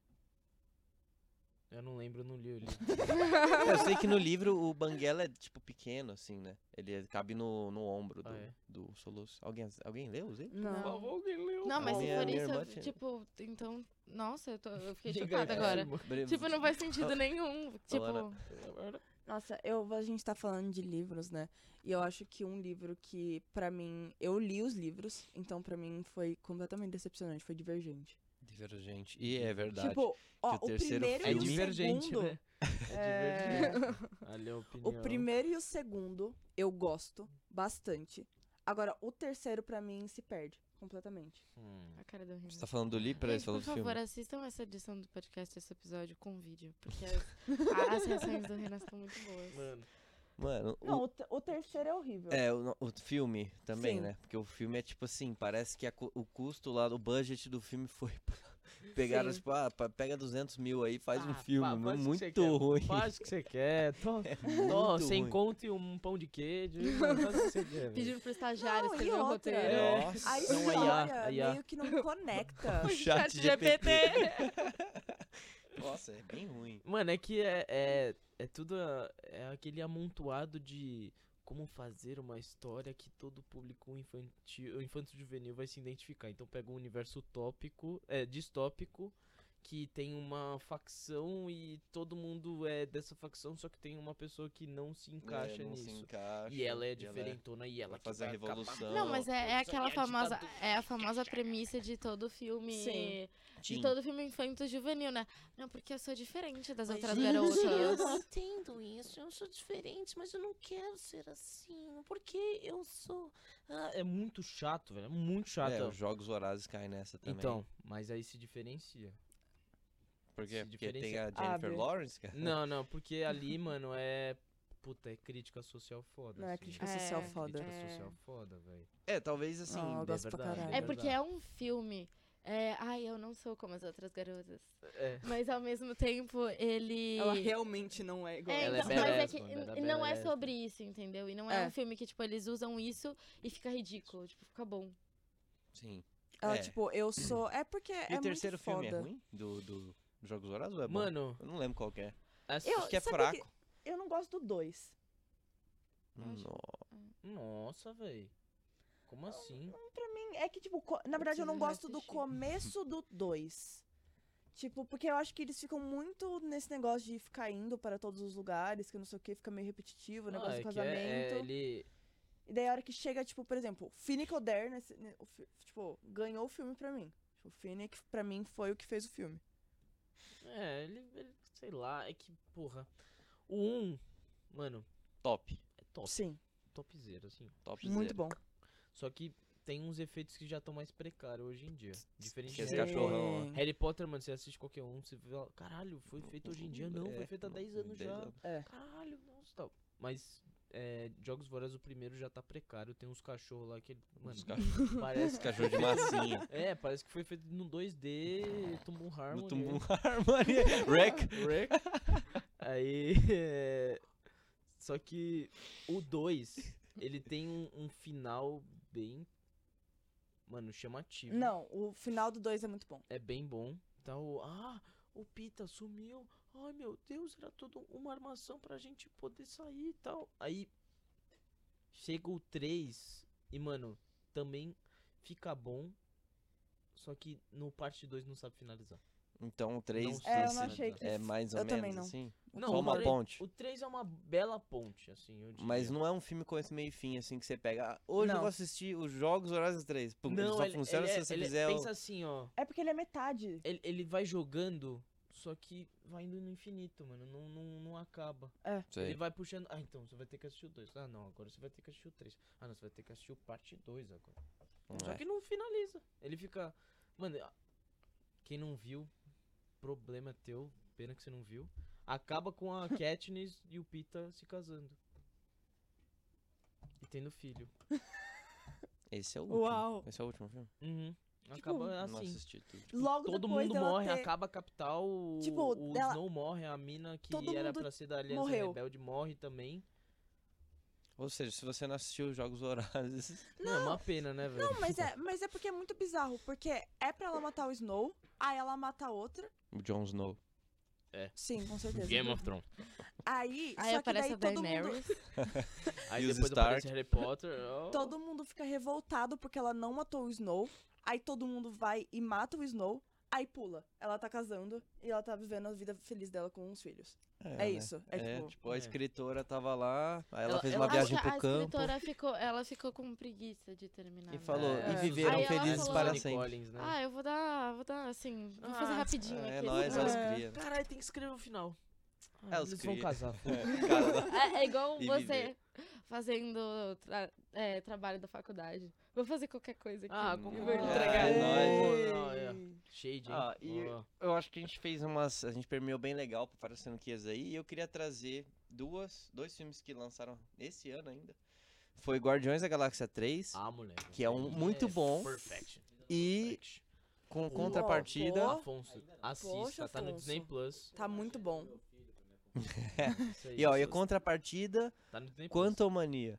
Eu não lembro, eu não li o livro. Eu sei que no livro o Banguela é, tipo, pequeno, assim, né? Ele é- cabe no, no ombro do, Ah, é? do Soluço. Alguém, alguém leu os livros? Não. alguém leu. Não, mas A se minha- for minha isso, irmã eu- tinha- tipo, então. Nossa, eu, tô, eu fiquei Diga chocada aí, agora. irmão. Tipo, não faz sentido nenhum. Tipo, Ana. Nossa, eu, a gente tá falando de livros, né? E eu acho que um livro que, pra mim, eu li os livros, então pra mim foi completamente decepcionante, foi Divergente. Divergente. E é verdade. Tipo, ó, que o o, terceiro primeiro É e o filme- divergente, segundo. né? É, divergente. Ali é a o opinião. primeiro e o segundo eu gosto bastante. Agora, o terceiro, pra mim, se perde completamente. Hum. a cara do Renan. Você tá falando do livro? Peraí, Gente, você falou por do filme. favor, assistam essa edição do podcast, esse episódio com vídeo. Porque as, as reações do Renan estão muito boas. Mano, Mano, Não, o, o, te- o terceiro é horrível. é, o, o filme também, Sim. né? Porque o filme é tipo assim, parece que a cu- o custo lá, o budget do filme foi... Pegaram, Sim. tipo, ah, pa- pega duzentos mil aí, faz um ah, filme. fa- mano, faz o que muito você quer, ruim. Faz o que você quer. Tô, É tô, muito sem ruim. conto e um pão de queijo. Mano, faz o que você quer. velho. Pediram pro estagiário Não, e escrever o outra? roteiro. É. Nossa. A Então, a I A, história a I A. meio que não conecta. O chat G P T. Nossa, é bem ruim. Mano, é que é, é, é tudo. a- É aquele amontoado de como fazer uma história que todo público infantil, infanto juvenil vai se identificar. Então pega um universo utópico, é, distópico, que tem uma facção e todo mundo é dessa facção, só que tem uma pessoa que não se encaixa É, não nisso. se encaixa, E ela é e diferentona e ela vai que fazer a vai acabar revolução. com Não, mas é, é isso aquela aí, a famosa. ditadura. É a famosa premissa de todo filme. Sim. De Sim. todo filme infanto juvenil, né? Não, porque eu sou diferente das Mas, outras gente, garotas. Eu não entendo isso, eu sou diferente, mas eu não quero ser assim, porque eu sou... Ah, é muito chato, velho, é muito chato. É, os Jogos Vorazes caem nessa também. Então, mas aí se diferencia. Por quê? se Porque tem diferencia- a Jennifer Abre. Lawrence, cara. Não, não, porque ali, mano, é... Puta, é crítica social foda. Não, é assim. crítica É, social foda. Crítica É. social foda, velho. É, talvez assim. Ah, eu é gosto pra verdade. caralho. É É porque é um filme. É, ai, eu não sou como as outras garotas. É. Mas ao mesmo tempo, ele. Ela realmente não é igual. É, Ela é então, mas é badass, que mano, ela é n- não é badass. sobre isso, entendeu? E não é, É. um filme que, tipo, eles usam isso e fica ridículo. Tipo, fica bom. Sim. Ela, É. tipo, eu sou. É porque E é o terceiro muito filme foda. é ruim? Do, do Jogos Vorazes ou é bom? Mano, Eu não lembro qual que é. assim, Eu- Acho que é sabe fraco. Eu não gosto do dois. acho- No- nossa, velho. Como assim? Pra mim, é que, tipo, co- na verdade eu não preciso gosto do reassistir. começo do dois. Tipo, porque eu acho que eles ficam muito nesse negócio de ficar indo para todos os lugares, que não sei o que, fica meio repetitivo, o Ah, negócio é do que é- casamento. é, ele... E daí a hora que chega, tipo, por exemplo, Finnick Odair, nesse, ne- o fi- tipo, ganhou o filme pra mim. Tipo, o Finnick, pra mim, foi o que fez o filme. É, ele, ele- sei lá, é que, porra, o um, mano, Top. é top, Sim, topzera, assim. Top muito zero. bom. Só que tem uns efeitos que já estão mais precários hoje em dia. Diferente Esse de cachorro- cachorrão, ó. Sim. Harry Potter, mano, você assiste qualquer um, você vê, ó, caralho, foi feito hoje em dia. Não, É, foi feito há dez anos dez já. anos. É. Caralho, nossa, tal. Mas é, Jogos Vorazes, o primeiro já tá precário. Tem uns cachorros lá que, mano, Os cachorros, parece os cachorros de massinha. É, parece que foi feito no dois D, Tumbum Harmony. No Tumbum Harmony. Wreck. Wreck. Aí, é, só que o dois, ele tem um, um final bem, mano, chamativo. Não, o final do dois é muito bom. É bem bom. Tá o, ah, o Pita sumiu. Ai, meu Deus, era tudo uma armação pra gente poder sair e tal. Aí, chega o três e, mano, também fica bom. Só que no parte dois não sabe finalizar. Então o três Não É, eu sei não se- achei que. é mais ou eu menos também não. assim? Não, Só o uma três- ponte. O três é uma bela ponte, assim, eu diria. Mas não é um filme com esse meio fim, assim, que você pega. Ah, hoje eu Não. vou assistir os Jogos Horários três. Pum, ele Não, só ele, funciona ele é- se você ele é- fizer pensa o... assim, ó. É porque ele é metade. Ele, ele vai jogando, só que vai indo no infinito, mano. Não, não, não acaba. Sei. Ele vai puxando. Ah, então você vai ter que assistir o dois. Ah, não, agora você vai ter que assistir o três. Ah, não, você vai ter que assistir o parte dois agora. Só É. que não finaliza. Ele fica. Mano, a- quem não viu, problema é teu. Pena que você não viu. Acaba com a Katniss e o Pita se casando. E tendo filho. Esse é o último. Uau. Esse é o último filme. Uhum. Tipo, Acaba Não assim. assisti tudo. Logo Todo depois mundo dela morre, ter- acaba a capital. O, Tipo, o dela- Snow morre, a mina que Todo era mundo pra ser da Aliança morreu. Rebelde morre também. Ou seja, se você não assistiu os Jogos Horários... Não, é uma pena, né, velho? Não, mas é, mas é porque é muito bizarro. Porque é pra ela matar o Snow, aí ela mata a outra. O Jon Snow. Sim, com certeza. Game of Thrones. Aí, Aí só que aparece daí a todo mundo, Daenerys. Aí E os depois Stark? aparece Harry Potter. ó. todo mundo fica revoltado porque ela não matou o Snow. Aí todo mundo vai e mata o Snow. Aí pula. Ela tá casando e ela tá vivendo a vida feliz dela com os filhos. É, né? isso. É, É, tipo. tipo, a É. escritora tava lá, aí ela, Ela- fez ela- uma viagem Acho que pro a campo escritora ficou, ela ficou com preguiça de terminar. e né? falou, É, e Aí viveram ela felizes falou- para Suzanne sempre. Collins, né? Ah, eu vou dar, vou dar assim, vou fazer Ah, rapidinho É aqui. nóis, assim, elas É. criam. Caralho, tem que escrever o final. Ah, Elas eles vão criam. casar. foda. É, cara, É, é igual E você viver. fazendo tra- é, trabalho da faculdade. Vou fazer qualquer coisa aqui. Ah, e como- vou É, entregar. é Ei. Não, é. Shade, hein? Ah, e Ó. eu acho que a gente fez umas. A gente permeou bem legal para várias franquias aí. E eu queria trazer duas, dois filmes que lançaram esse ano ainda. Foi Guardiões da Galáxia três, Ah, moleque. que é um Isso muito é bom. Perfection. E Perfection. com Pô, contrapartida. pô. Afonso, assista, Poxa, tá no Afonso. Disney Plus. Tá muito bom. Isso aí, E ó, e a isso- contrapartida, tá no Disney Plus. Quantumania.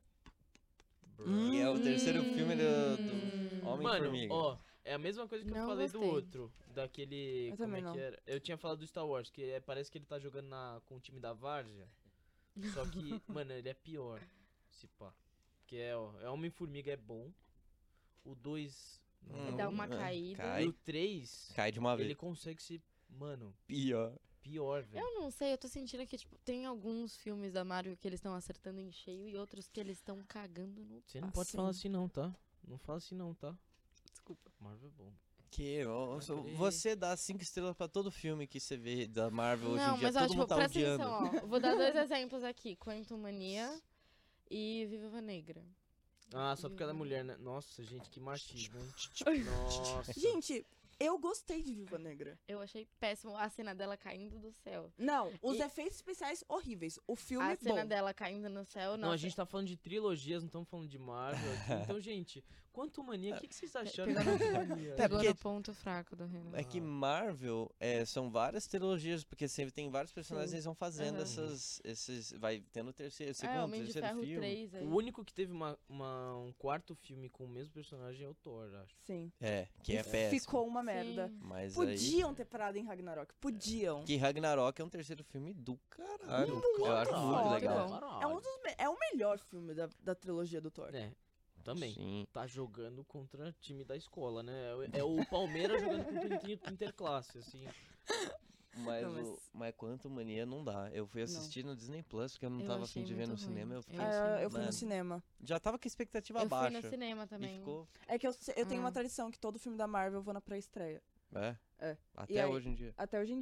Que é o terceiro filme do, do Hum. Homem-Formiga. Mano, ó, é a mesma coisa que eu Não falei do gostei. outro. Daquele. Eu como também é não. que era? Eu tinha falado do Star Wars, que é- parece que ele tá jogando na, com o time da Várzea. Só que, mano, ele é pior. Se pá. Que é, ó, é Homem-Formiga é bom. O dois. Hum, Dá uma é, caída. Cai, E o três, cai de uma vez. ele consegue ser, mano, Pior. pior, velho. Eu não sei, eu tô sentindo que, tipo, tem alguns filmes da Marvel que eles estão acertando em cheio e outros que eles estão cagando no Você não Ah, pode sim. falar assim não, tá? Não fala assim não, tá? Desculpa. Marvel é bom. Que, ó, Vai só- querer- você dá cinco estrelas pra todo filme que você vê da Marvel hoje Não, em dia. mas ó, Todo tipo, mundo tá presta odiando. atenção, ó. Vou dar dois exemplos aqui. Quantumania e Viúva Negra. Ah, só porque ela é mulher, né? Nossa, gente, que machismo, hein? Nossa. Gente, eu gostei de Viúva Negra. Eu achei péssimo a cena dela caindo do céu. Não, os E- efeitos especiais horríveis. O filme A é cena bom. dela caindo no céu, Não, a nossa. gente tá falando de trilogias, não estamos falando de Marvel aqui. Então, gente, Quantumania, o que, que vocês acharam de Pegou no- Quantumania? É, Pegou porque- no ponto fraco do Renan. É que Marvel é, são várias trilogias, porque sempre tem vários personagens Sim. eles vão fazendo Aham. essas. Esses, vai tendo o terceiro, É, segundo, Homem de terceiro Ferro filme. três aí. O único que teve uma, uma- um quarto filme com o mesmo personagem é o Thor, acho. Sim. É, que é E péssimo. Ficou uma merda. Sim. Mas Podiam ter parado em Ragnarok. Podiam. aí. Que Ragnarok é um terceiro filme do caralho. Muito Eu acho muito foda. legal. É, um dos me- é o melhor filme da, da trilogia do Thor. É, também. Sim. Tá jogando contra time da escola, né? É o Palmeiras jogando contra o Inter- Interclasse, assim. Mas, Não, mas- o, mas Quantum Mania não dá. Eu fui assistir no Disney Plus, porque eu não Eu tava achei afim de ver no muito ruim. cinema. Eu, Eu fiquei, achei Ah, muito eu fui mano, no cinema. já tava com a expectativa Eu fui baixa. no cinema E também. ficou. É que eu, se- eu tenho Ah. uma tradição que todo filme da Marvel eu vou na pré-estreia. É. É. Até E aí- hoje em dia. Até hoje em dia.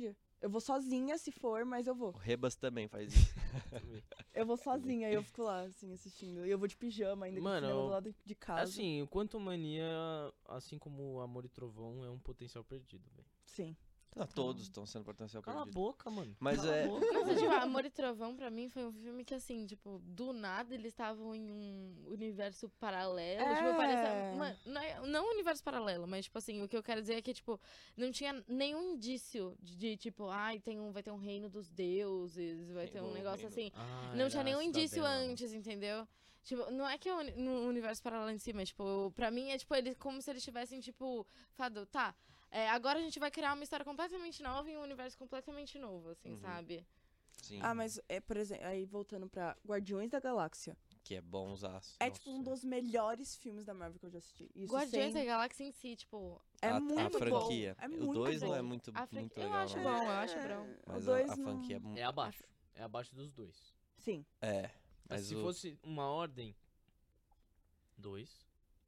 Eu vou sozinha se for, mas eu O vou. Rebas também faz isso. Eu vou sozinha e eu fico lá, assim, assistindo. E eu vou de pijama ainda, com o Mano, cinema eu- do lado de casa. Assim, o Quantum Mania, assim como Amor e Trovão, é um potencial perdido, velho. Sim. Não, todos estão sendo potencial Cala a perdido. boca, mano. Mas Cala é- a boca, Mas, velho. tipo, Amor e Trovão, pra mim, foi um filme que, assim, tipo, do nada eles estavam em um universo paralelo. É. Tipo, parecia. Uma, não, é, não um universo paralelo, mas, tipo assim, o que eu quero dizer é que, tipo, não tinha nenhum indício de, de, tipo, ai, tem um, vai ter um reino dos deuses, vai ter um Bom, negócio reino. assim. Ah, Não era tinha a nenhum indício Cidadela. antes, entendeu? Tipo, não é que é um uni- no universo paralelo em si, mas, tipo, pra mim é, tipo, eles como se eles tivessem, tipo, falado, tá, é, agora a gente vai criar uma história completamente nova em um universo completamente novo, assim, Uhum. sabe? Sim, Ah, mas, é, por exemplo, aí voltando pra Guardiões da Galáxia. que é bonzaço. É, Nossa, tipo, um é. dos melhores filmes da Marvel que eu já assisti. Isso Guardiões sem... da Galáxia em si, tipo, É a, muito a bom. franquia. É o muito dois não é bom. muito, a franquia, muito eu legal, acho não. bom, eu acho É, bom. Mas o a, dois a não- franquia é, mu- É abaixo. É abaixo dos dois. Sim. é. Mas Mas se o- fosse uma ordem, dois,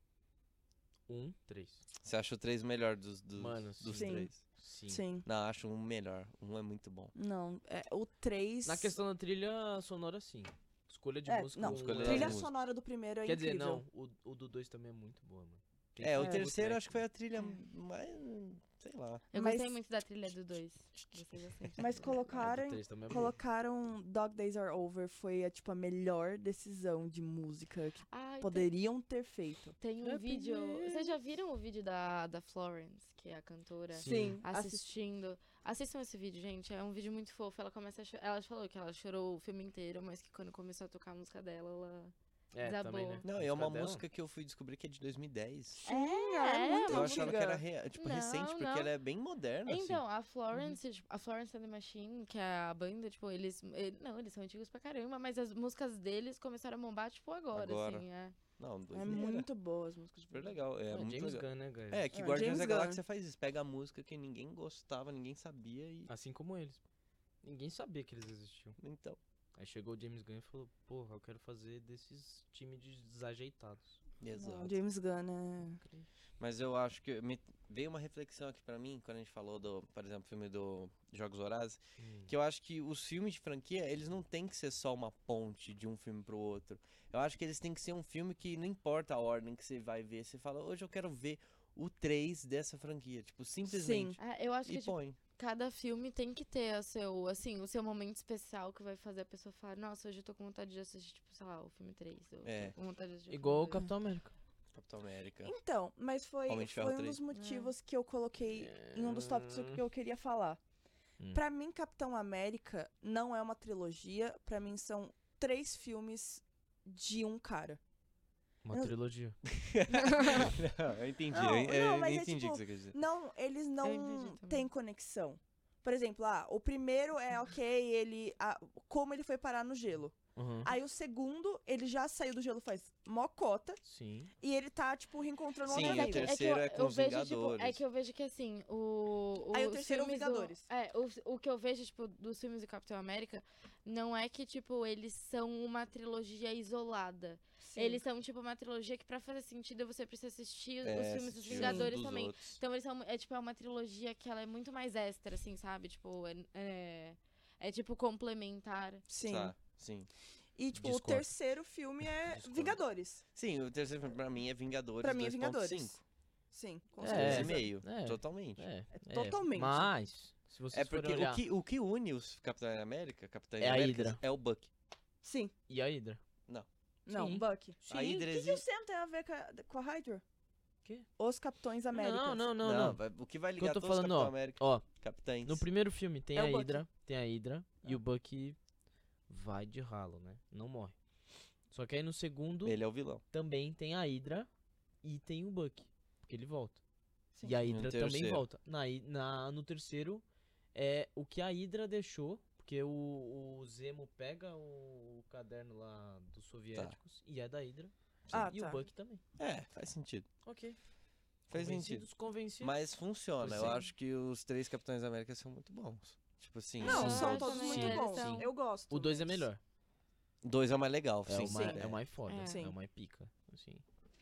um, três. Você acha o três melhor dos, dos, Mano, dos sim. três? Sim. Sim. Não, acho um melhor. Um é muito bom. Não, é, o três... Na questão da trilha sonora, sim. Escolha de É, música. não, um Escolha é- das trilha músicas. sonora do primeiro é Quer dizer, incrível. não, o, o do dois também é muito boa, mano. Tem É, o É. terceiro track, acho que foi a trilha É. mais. Sei lá. Eu Mas- gostei muito da trilha do dois. Gostei bastante. Mas É, colocaram, do três também é boa. colocaram Dog Days Are Over foi a, tipo, a melhor decisão de música que Ai, tem- poderiam ter feito. tem um Happiness. vídeo. Vocês já viram o vídeo da, da Florence, que é a cantora? Sim. assisti. Assistindo. Assistam esse vídeo, gente. É um vídeo muito fofo. Ela começa a cho- Ela falou que ela chorou o filme inteiro, mas que quando começou a tocar a música dela, ela. É, Desabou. também, né? Não, A e é uma dela. música que eu fui descobrir que é de dois mil e dez. Sim, ela é É, muito Eu antiga. achava que era rea- tipo, Não, recente, porque não. ela é bem moderna, Então, assim. a Florence, tipo, a Florence and the Machine, que é a banda, tipo, eles, ele- não, eles são antigos pra caramba, mas as músicas deles começaram a bombar, tipo, agora, Agora. assim, é. Não, É doideira. muito boa as músicas. Super legal. É, É, muito James legal. Gunn, né, guys? É, que É, Guardiões James da Gunn. Galáxia faz isso. Pega a música que ninguém gostava, ninguém sabia e. Assim como eles. Ninguém sabia que eles existiam. Então. Aí chegou o James Gunn e falou, porra, eu quero fazer desses times de desajeitados. Exato. Não, James Gunn é... Mas eu acho que me veio uma reflexão aqui pra mim, quando a gente falou do, por exemplo, filme do Jogos Vorazes, que eu acho que os filmes de franquia, eles não tem que ser só uma ponte de um filme pro outro. Eu acho que eles têm que ser um filme que não importa a ordem que você vai ver, você fala, hoje eu quero ver o três dessa franquia, tipo, simplesmente. É, eu acho que, E tipo, põe. cada filme tem que ter o seu, assim, o seu momento especial que vai fazer a pessoa falar, nossa, hoje eu tô com vontade de assistir, tipo, sei lá, o filme três. Eu É. tô com vontade de assistir o Igual o filme dois. Capitão América. Capitão América. Então, mas foi, Homem de Ferro foi um três. dos motivos que eu coloquei em um dos tópicos que eu queria falar. Hum. Pra mim, Capitão América não é uma trilogia. Pra mim, são três filmes de um cara. Uma Eu- trilogia. Não, eu entendi, Não, eu, eu não, mas é entendi tipo- o que você quer dizer. Não, eles entendi não também. têm conexão. Por exemplo, ah, o primeiro é ok, ele. ah, como ele foi parar no gelo. Uhum. Aí o segundo, ele já saiu do gelo faz mocota Sim. e ele tá, tipo, reencontrando Sim, um o amigo. terceiro- terceiro é eu, com eu os vejo, tipo, Vingadores. é que eu vejo que, assim, o... Aí o os terceiro é o filmes Vingadores. Do, é, o, o que eu vejo, tipo, dos filmes do Capitão América, não é que, tipo, eles são uma trilogia isolada. Sim. Eles são, tipo, uma trilogia que pra fazer sentido você precisa assistir É, os filmes dos assistir os Vingadores dos também. outros. Então eles são, é, tipo, é uma trilogia que ela é muito mais extra, assim, sabe? Tipo, é, é, é tipo, complementar. Sim. Tá, sim. E, tipo, Discordo. o terceiro filme é Discordo. Vingadores. Sim, o terceiro filme pra mim é Vingadores Pra mim é dois ponto Vingadores. cinco. Sim, com É, certeza. dois e meio, é. totalmente. É, É totalmente. Mas, se vocês É porque forem olhar... o que, o que une os Capitão América, Capitão É a América Hydra. é o Buck. Sim. E a Hydra? Não, Sim. Buck. A Sim. Hydra O que, que existe- o Sam tem a ver com a, com a Hydra? Quê? Os Capitões Américas. Não, não, não, não. vai- o que vai O que ligar eu tô todos os falando, Capitão ó, América, Ó, Capitães. no primeiro filme tem É o a Bucky. Hydra, tem a Hydra, e Ah. o Bucky vai de ralo, né? Não morre. Só que aí no segundo Ele é o vilão. também tem a Hydra e tem o Bucky, porque ele volta. Sim. E a No Hydra também terceiro. volta. Na, hi- na, no terceiro, é o que a Hydra deixou, porque o, o Zemo pega o, caderno lá dos soviéticos e é da Hydra. Ah, e tá. o Bucky também. É, faz sentido. Ok. Faz sentido. Convencidos, convencidos. Mas funciona. Eu Sim. acho que os três Capitães América são muito bons. Tipo assim, Não, Sim. são Eu todos também, muito eles bons. são. Eu gosto. O dois é mas- melhor. dois é o mais legal, É, sim. o mais, sim. é o mais foda. É. É, Sim. o mais pica. Assim.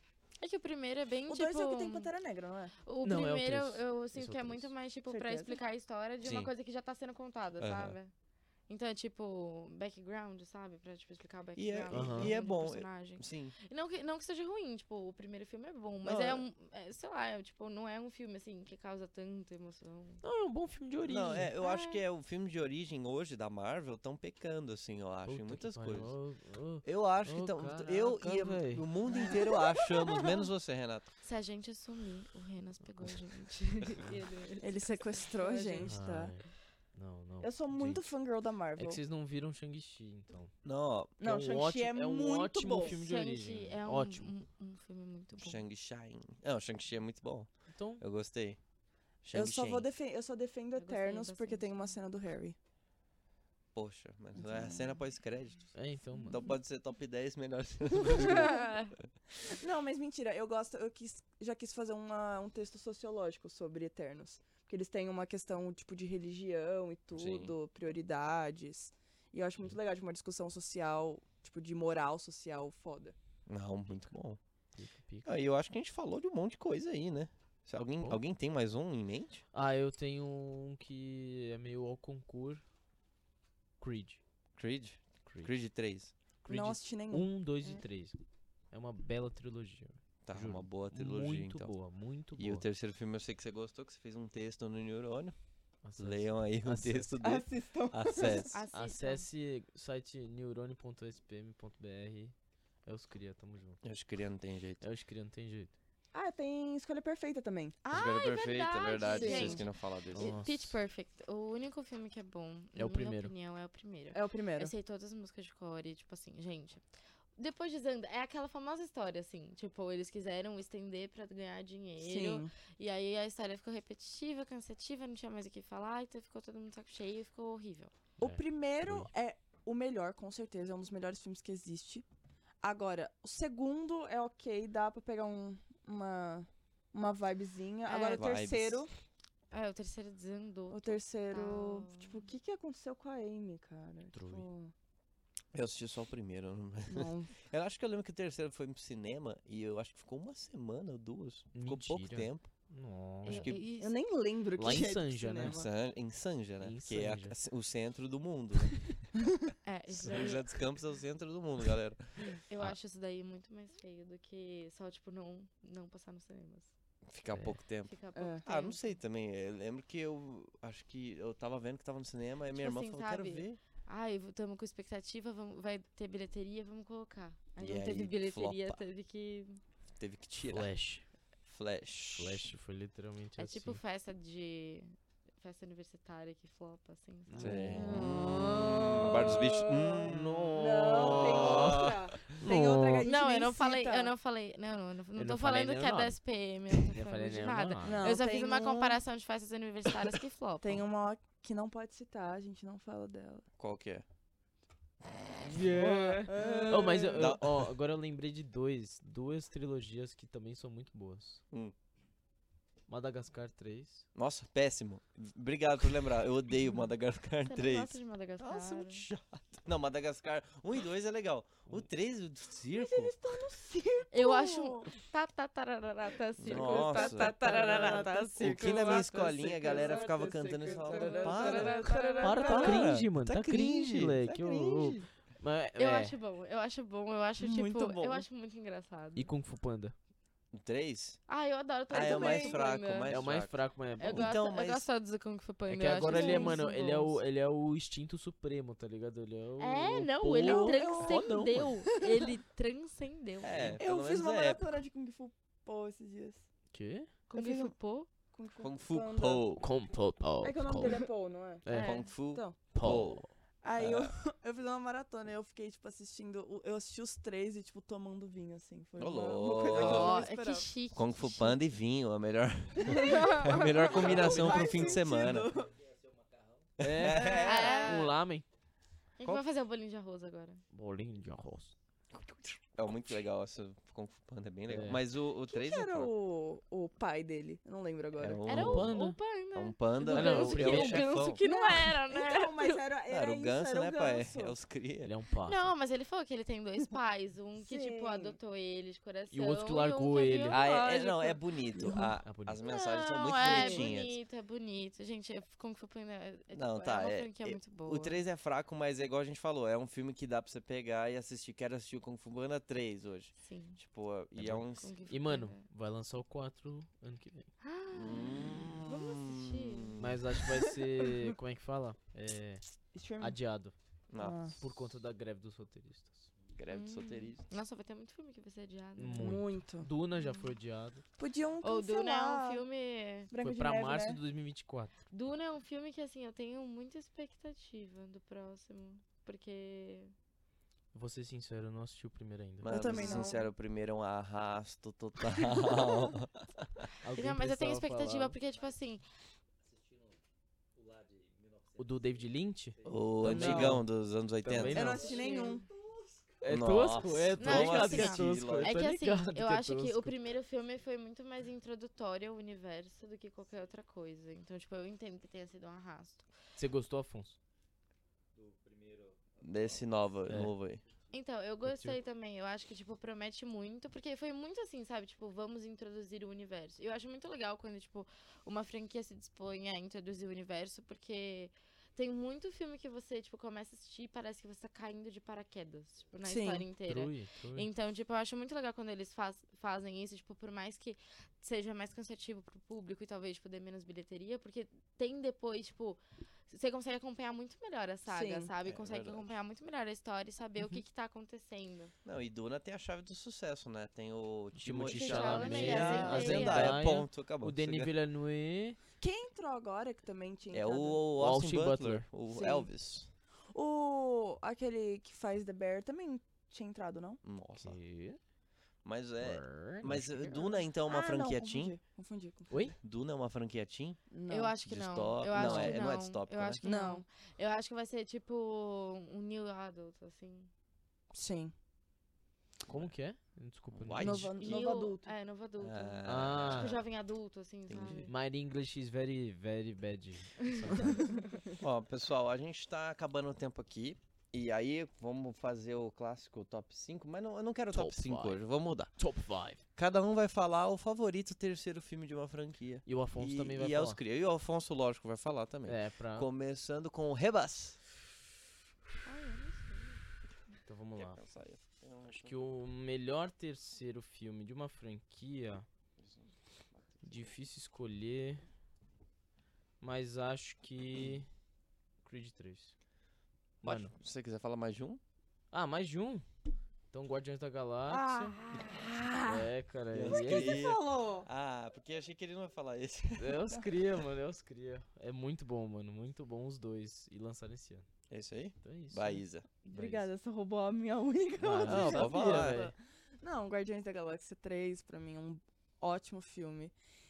É que o primeiro é bem, O tipo... dois é o que tem Pantera Negra, não é? O Não, é o primeiro, três. eu Esse sinto é o que é três. muito mais, tipo, pra Certeza? explicar a história de uma Sim. coisa que já tá sendo contada, Aham. sabe? Então é tipo, background, sabe? Pra, tipo, explicar o E é, background Aham. e é do bom. personagem. Sim. E Não que, não que seja ruim, tipo, o primeiro filme é bom, mas Não, é é- um, é, sei lá, é, tipo, não é um filme, assim, que causa tanta emoção. Não, é um bom filme de origem. Não, é, eu acho É. que é o filme de origem hoje da Marvel estão pecando, assim, eu acho, em Puta muitas que pariu. coisas. Ô, ô. Eu acho que Ô, estão. Eu caraca, e a- véi. o mundo inteiro achamos, menos você, Renato. Se a gente sumir, o Renas pegou a gente. Ele- Ele sequestrou a Ai, gente, tá? Ai, Não, não. Eu sou muito Gente, fangirl da É Marvel. que vocês não viram Shang-Chi, então. Não, ó, Não, é um Shang-Chi ótimo, é, é um muito ótimo bom. filme de Shang-Chi origem. é um, Ótimo. um, um filme muito bom. Shang-Chi. Não, Shang-Chi é muito bom. Então, Eu gostei. Eu só, Shang-Chi. vou defen eu só defendo Eu gostei Eternos porque bastante. tem uma cena do Harry. Poxa, mas é a cena pós-créditos. é então, mano. Então pode ser top dez melhores. Não, mas mentira, eu gosto, eu quis, já quis fazer uma, um texto sociológico sobre Eternos. Porque eles têm uma questão, tipo, de religião e tudo, prioridades. E eu acho muito legal, de uma discussão social, tipo, de moral social foda. Não, muito bom. Pica, pica. Aí eu acho que a gente falou de um monte de coisa aí, né? Se alguém, Bom. alguém tem mais um em mente? Ah, eu tenho um que é meio ao concurso. Creed. Creed? Creed. Creed três. Creed Não assisti nenhum. um, dois e É. três. É uma bela trilogia. Tá, Juro. uma boa trilogia, Muito então. boa, muito E boa. o terceiro filme eu sei que você gostou, que você fez um texto no Neurônio. Acesse. Leiam aí o Acesse. texto dele. Assistam. Acesse. Assistam. Acesse o site neurone ponto s p m ponto b r. É os cria, tamo junto. Eu acho que ele não tem jeito. É os cria, não tem jeito. Ah, tem Escolha Perfeita também. Ah, Escolha é perfeita, é verdade, verdade. Vocês gente. que não falar desse. E Nossa. Pitch Perfect, o único filme que é bom, É na o minha primeiro. opinião, é o primeiro. É o primeiro. Eu sei todas as músicas de cor e, tipo assim, gente... Depois de Zanda, é aquela famosa história, assim. Tipo, eles quiseram estender pra ganhar dinheiro. Sim. E aí a história ficou repetitiva, cansativa, não tinha mais o que falar. Então ficou todo mundo saco cheio e ficou horrível. O É, primeiro foi. é o melhor, com certeza. É um dos melhores filmes que existe. Agora, o segundo é ok, dá pra pegar um, uma, uma vibezinha. É. Agora, o Vibes. terceiro... É, o terceiro desandou. O terceiro... Total. Tipo, o que que aconteceu com a Amy, cara? True. Tipo, Eu assisti só o primeiro. eu não- não... Eu acho que eu lembro que o terceiro foi pro cinema e eu acho que ficou uma semana ou duas. Ficou pouco Mentira. tempo. Nossa. Acho Eu- que- isso- Eu nem lembro Lá que em é de Sanja, né? Em, cinema. San, em Sanja, né? Em Que é a- Sanja. o centro do mundo. Né? É, isso daí, Sanja dos Campos é o centro do mundo, galera. eu Ah. acho isso daí muito mais feio do que só, tipo, não, não passar nos cinemas. Ficar É. pouco tempo. Ficar pouco É. tempo. Ah, não sei também. Eu lembro que eu acho que eu tava vendo que tava no cinema e minha Tipo irmã assim, falou, quero sabe? ver. Ai, estamos com expectativa, vamos, vai ter bilheteria, vamos colocar. Aí E não teve aí, bilheteria, flopa. teve que... Teve que tirar. Flash. Flash. Flash foi literalmente É assim. tipo festa de... Festa universitária que flopa, assim, sabe? Sei. Hum. Bar dos Bichos. Hum, Não, tem outra. Tem outra que a gente Não, nem eu não falei, cita. eu não falei, não, não, não, não tô falei falando nenhum que é da nome. S P M, eu não tô Eu falando falei de nenhum nada. nome. Não, eu só tem fiz uma um- comparação de festas universitárias que flopam. Tem uma que não pode citar, a gente não fala dela. Qual que é? Oh, mas eu, eu- Não. ó, agora eu lembrei de dois. Duas trilogias que também são muito boas. Hum. Madagascar três. Nossa, péssimo. Obrigado por lembrar. Eu odeio Madagascar Você três. não gosta de Madagascar? Nossa, muito chato. Não, Madagascar um e dois é legal. O três, o do circo. Eu acho... Tá, tá, tararara, tá, circo. Nossa. Tá, tá, tararara, tá, O circo. que na minha tá, escolinha a circo, galera tá, ficava tá, cantando e circo, falava, tararara, para. tararara, Para, tá Para, cringe, mano. tá Tá, cringe, cringe, moleque. tá ô, ô. cringe. Mas, Eu é. acho bom, eu acho bom, eu acho, tipo... Muito bom. Eu acho muito engraçado. E Kung Fu Panda? O três? Ah, eu adoro Ah, é o mais Kung Fu fraco, Panda. mais é o mais fraco. fraco, mas é bom. Eu gosto, Então, eu mas- gosto do Kung Fu Panda. É que eu acho agora ele é, eles mano, são ele é, o, bons. ele é o instinto supremo, tá ligado? Ele é o. É, não, pô, ele fodão, transcendeu. mano. ele transcendeu. É, Eu pelo fiz menos uma é épico. maratona de Kung Fu Pô esses dias. Quê? Kung fiz Fu um- Po? Kung Fu, Kung Fu Panda. Po. Kung Fu Panda. É que o nome dele é Paul, não é? É. É. Kung Fu Então, Po. aí É. eu, eu fiz uma maratona e eu fiquei, tipo, assistindo... o- Eu assisti os três e, tipo, tomando vinho, assim. Foi Ô, uma, uma coisa que eu louco. não Ó, é que esperava. chique. Kung que Fu chique. Panda e vinho, a melhor, a melhor combinação pro Faz fim de semana. sentido. É. É. Um lamen. Quem que Qual- vai fazer o bolinho de arroz agora? Bolinho de arroz. É muito legal essa Kung Fu Panda é bem legal. É. Mas o, o três Quem é era fraco. o, o pai dele? Eu não lembro agora. Era o, Era o Panda. o Panda. é um panda, Ah, né? não, o o que é primeiro o o chefão. ganso que não era, né? Então, mas era, era, Era o isso, ganso, era né, o pai? ganso. É os cria. Ele é um pássaro. Não, mas ele falou que ele tem dois pais. Um que, tipo, Sim. adotou ele de coração. E o outro que um largou que é ele. Ah, é, é- biológico. não, é bonito. A- Ah, bonito. As mensagens são Não, muito é bonitinhas. bonito, é bonito. Gente, é, Kung Fu Panda é, é, Não, tipo, tá, é uma é- franquia é- muito boa. O três é fraco, mas é igual a gente falou, é um filme que dá pra você pegar e assistir. Quero assistir o Kung Fu Panda três hoje. Sim. Tipo, e É é bom. um... Kung Fu E, mano, Panda. vai lançar o quatro ano que vem. Hum. Vamos assistir. Mas acho que vai ser, como é que fala? É, Streaming. adiado. Nossa, Por conta da greve dos roteiristas. greve de Hum. solteirista. Nossa, vai ter muito filme que vai ser adiado. né? Muito. Muito. Duna já foi adiado. Podiam Ou Duna é cancelar um filme... Branca Foi de pra Neve, março né? de dois mil e vinte e quatro. Duna é um filme que, assim, eu tenho muita expectativa do próximo. Porque... Vou ser sincero, eu não assisti o primeiro ainda. Mano, também pra ser não. sincero, o primeiro é um arrasto total. Alguém Não, mas eu tenho precisava expectativa falar. porque, tipo assim... Assistindo o lá de mil e novecentos. O do David Lynch? o Não. antigão dos anos oitenta. Também Eu não não. assisti nenhum. É Nossa, tosco? É, tô Não, é ligado que que é assim, tosco. ó, eu É tô que assim, ligado eu é acho que o tosco. primeiro filme foi muito mais introdutório ao universo do que qualquer outra coisa. Então, tipo, eu entendo que tenha sido um arrasto. Você gostou, Afonso? Do primeiro. Desse nova, É. novo aí. Então, eu gostei também. Eu acho que, tipo, promete muito. Porque foi muito assim, sabe? Tipo, vamos introduzir o universo. E eu acho muito legal quando, tipo, uma franquia se dispõe a introduzir o universo. Porque tem muito filme que você, tipo, começa a assistir e parece que você tá caindo de paraquedas. Tipo, na Sim. história inteira. True, true. Então, tipo, eu acho muito legal quando eles faz, fazem isso, tipo, por mais que seja mais cansativo pro público e talvez, tipo, dê menos bilheteria, porque tem depois, tipo, você consegue acompanhar muito melhor a saga, Sim. sabe? É consegue verdade. acompanhar muito melhor a história e saber o que que tá acontecendo. Não, e Duna tem a chave do sucesso, né? Tem o Timothée Timothée Chalamet, Chalamet, a a Zendaya. Zendaya, ponto, acabou. O Denis Você- Villeneuve. Quem entrou agora que também tinha É entrado? o Austin Austin Butler, o Sim. Elvis. O... Aquele que faz The Bear também tinha entrado, não? Nossa. Que? Mas é... Word. Mas Acho que eh, Duna, então, é uma ah, franquia não, teen? confundi, confundi, confundi. Oi? Duna é uma franquia teen? Não. Eu acho que não. Distó- Eu acho não, que é- não. não é distópico, Eu né? acho que Não. não. Eu acho que vai ser, tipo, um new adult, assim. Sim. Como que é? Desculpa. não White? entendi. Novo, novo New- adulto. É, novo adulto. Ah, Ah, Tipo, jovem adulto, assim, entendi. sabe? my English is very, very bad. Ó, pessoal, a gente tá acabando o tempo aqui. E aí, vamos fazer o clássico top cinco. Mas não, eu não quero o top Top cinco five. hoje, vamos mudar. Top five. Cada um vai falar o favorito terceiro filme de uma franquia. E o Afonso e também vai e falar. Os cria. E o Afonso, lógico, vai falar também. É, pra... Começando com o Rebas. Ai, eu não sei. Então vamos lá. Quer pensar aí? Eu Acho que o melhor terceiro filme de uma franquia... Difícil escolher... Mas acho que... Creed três. Pode, Mano. se você quiser falar mais de um. Ah, mais de um? Então Guardiões da Galáxia... Ah! É, cara. Eu é- Por que é- você falou? Ah, porque eu achei que ele não ia falar esse. É os cria, mano, é os cria. É muito bom, mano, muito bom os dois. E lançaram esse ano. É isso aí? Então é isso. Baísa. Obrigada, você roubou a minha única Ah, outra não, resposta. pode falar, velho. Não, Guardiões da Galáxia três, pra mim, é um ótimo filme.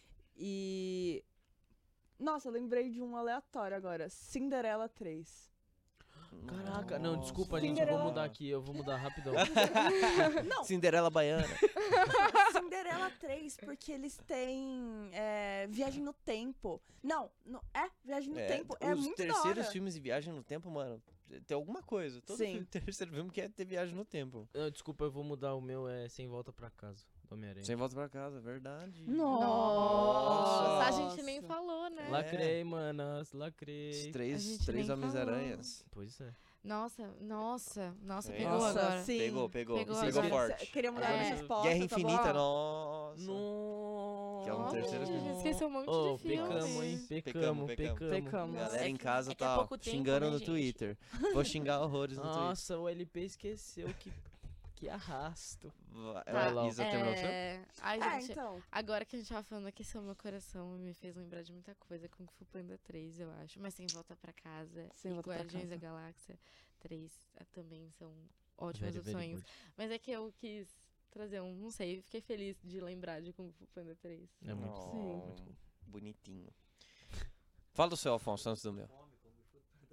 E... Nossa, eu lembrei de um aleatório agora. Cinderela três. Caraca, não, Nossa. desculpa, gente, eu vou Cinderela. mudar aqui, eu vou mudar rapidão. Não, Cinderela Baiana. Cinderela três, porque eles têm é, Viagem no Tempo. Não, não é Viagem no É, Tempo. É os muito da terceiros hora. filmes de viagem no tempo, mano, tem alguma coisa. Todo Sim. filme, terceiro filme quer ter viagem no tempo. Não, desculpa, eu vou mudar o meu, é Sem Volta Pra Casa, do Homem-Aranha. Sem volta pra casa, verdade. Nossa, a Nossa. gente nem falou, né? Lacrei, manas, Os lacrei. A três, gente três nem Homens-Aranhas. Pois é. Nossa, nossa, nossa, É. pegou Nossa, agora. sim. Pegou, pegou. Pegou Pegou, agora. forte. Queria mudar É. minha resposta. Guerra tá Infinita, bom? nossa. Nossa. Que é um Nossa, terceiro a filme. gente esqueceu um monte Oh, de filme. pecamos, hein? Pecamos, Pecamos, pecamos. pecamos. Pecamos. Galera É em que- casa é que é tá ó, pouco tempo, xingando né, no gente? Twitter. Vou xingar horrores no Twitter. Nossa, o L P esqueceu que, que arrasto. Vai, Vai, Lau. Isa, terminou o seu? É... Ai, É, gente, então. agora que a gente tava falando aqui, seu meu coração me fez lembrar de muita coisa. Kung Fu Panda três, eu acho. Mas Sem Volta Pra Casa Sem e Volta Pra Guardiões da Casa. Galáxia três eh, também são ótimas Very, very opções. good. Mas é que eu quis trazer um, não sei, fiquei feliz de lembrar de Kung Fu Panda três. É muito Não, bom, muito bom. Bonitinho. Fala do seu, Alfonso, antes do meu. Fome, como Kung Fu Panda três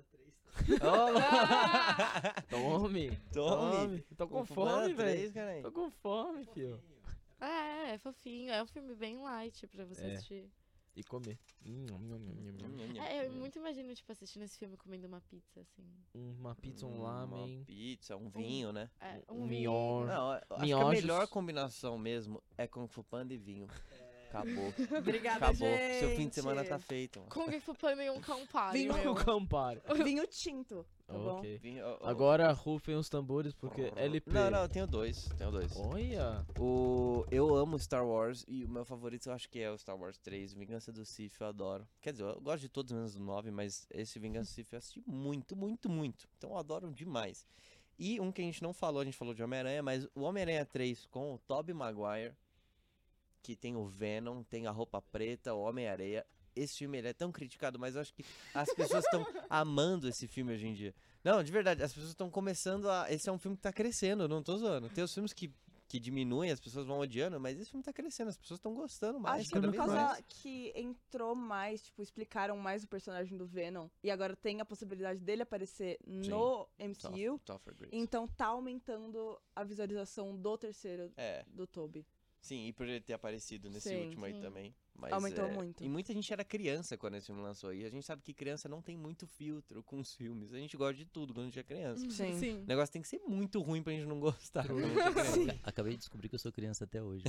Tome. Tome. Tô com Kung Fu Panda fome, velho. três, caralho. Tô com fome, fio. É, é fofinho. É um filme bem light pra você É. assistir. E comer. Hum, nham, nham, nham, nham. É, eu muito imagino, tipo, assistindo esse filme comendo uma pizza, assim. Uma pizza, um Uma lamen. pizza, um vinho, né? É, Um um mignon. Não, eu acho que a Miojos. melhor combinação mesmo é Kung Fu Panda e vinho. Acabou. Obrigada, Acabou. gente. Seu fim de semana tá feito. Mano. Kung Fu Panda e um Campari, Vinho meu. O Campari. Vinho tinto, tá bom? Ok. Vinho, ó, ó. Agora rufem os tambores, porque L P. Não, não, eu tenho dois. Tenho dois. Olha. O, eu amo Star Wars e o meu favorito eu acho que é o Star Wars três, Vingança do Sith, eu adoro. Quer dizer, eu gosto de todos menos do nove, mas esse Vingança do Sith eu assisti muito, muito, muito. Então eu adoro demais. E um que a gente não falou, a gente falou de Homem-Aranha, mas o Homem-Aranha três com o Tobey Maguire, que tem o Venom, tem a roupa preta, o Homem-Areia. Esse filme ele é tão criticado, mas eu acho que as pessoas estão amando esse filme hoje em dia. Não, de verdade, as pessoas estão começando a... Esse é um filme que tá crescendo, eu não tô zoando. Tem os filmes que, que diminuem, as pessoas vão odiando, mas esse filme tá crescendo, as pessoas estão gostando mais, Acho que cada por vez causa mais. que entrou mais, tipo, explicaram mais o personagem do Venom. E agora tem a possibilidade dele aparecer no M C U. Tough- Tougher Grace. Então tá aumentando a visualização do terceiro É, do Tobey. sim, e por ele ter aparecido nesse Sim. último aí Sim. também. Mas, Aumentou é, muito. E muita gente era criança quando esse filme lançou. E a gente sabe que criança não tem muito filtro com os filmes. A gente gosta de tudo quando a gente é criança. Sim. Sim. O negócio tem que ser muito ruim pra gente não gostar. quando a gente é criança. Acabei de descobrir que eu sou criança até hoje.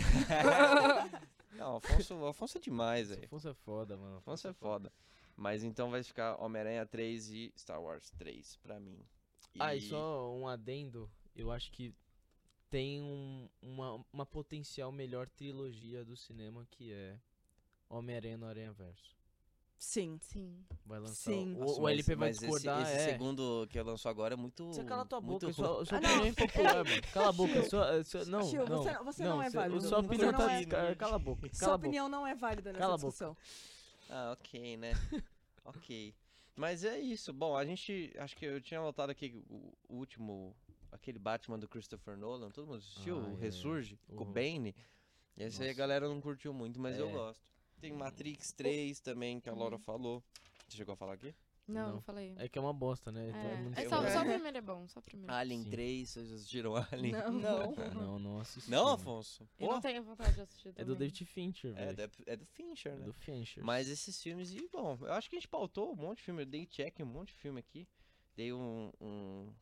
Não, Afonso, Afonso é demais, velho. Afonso é foda, mano. Afonso é foda. Mas então vai ficar Homem-Aranha três e Star Wars três pra mim. Ah, e só um adendo. Eu acho que tem um- uma, uma potencial melhor trilogia do cinema que é Homem-Aranha no Aranha Verso. Sim. Sim. Vai lançar. Sim. O, Nossa, o L P vai mas discordar. Esse, esse é. segundo que lançou agora é muito. Você cala tua muito boca, ruim. sua, sua Ah, não. opinião é impopular, mano. Cala a boca, sua, sua, não, Tio, não, você não- você não é cê- válido. Sua Você opinião não tá... é- desca- Cala a boca, Sua cala a boca. opinião não é válida nessa Cala a boca. discussão. Ah, ok, né? Ok. Mas é isso. Bom, a gente. Acho que eu tinha notado aqui o, o último. Aquele Batman do Christopher Nolan. Todo mundo assistiu? Ah, o é. Ressurge? Com o O- Bane. Esse aí a Nossa. galera não curtiu muito, mas eu É. gosto. Tem Matrix três também, que a Laura Uhum. falou. Você chegou a falar aqui? Não, Não. não falei. É que é uma bosta, né? Então é muito É, é eu- só, ruim. só o primeiro é bom, só o primeiro. Alien Sim. três, vocês assistiram Alien? Não. Não. Não, não assisti. Não, mano. Afonso? Eu Pô, não tenho vontade de assistir É também. do David Fincher, é, velho. do- é do Fincher, É né? do Fincher. Mas esses filmes, e bom, eu acho que a gente pautou um monte de filme, eu dei check em um monte de filme aqui, dei um, um...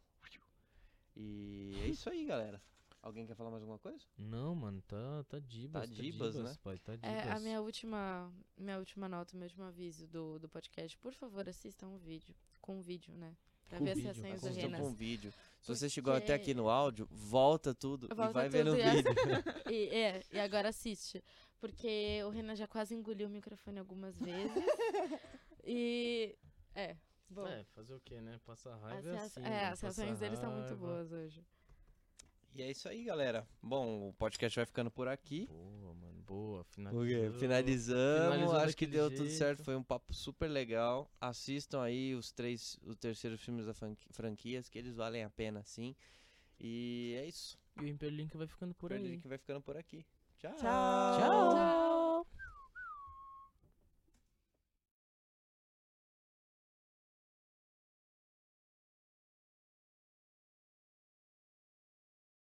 E é isso aí, galera. Alguém quer falar mais alguma coisa? Não, mano, tá, tá dibas. Tá dibas, né? pai, tá dibas. É, a minha última, minha última nota, meu último aviso do, do podcast, por favor, assistam o vídeo, com o vídeo, né? Pra Com ver as vídeo. reações do Assistam Renas. com o vídeo. Se você Porque- chegou até aqui no áudio, volta tudo e Volta vai ver no tudo e vídeo. E, é, e agora assiste. Porque o Renan já quase engoliu o microfone algumas vezes. E. É. Bom. É, fazer o quê, né? Passar as, raiva é rea- assim. é, mano, as passar reações deles estão muito raiva. boas hoje. E é isso aí, galera. Bom, o podcast vai ficando por aqui. Boa, mano, boa. Ok, Finalizou. finalizamos. Finalizou Acho que daquele deu tudo certo. jeito. Foi um papo super legal. Assistam aí os três, os terceiros filmes da franqui- franquias, que eles valem a pena, sim. E é isso. E o Hyperlink vai ficando por O aí. que vai ficando por aqui. Tchau. Tchau. Tchau.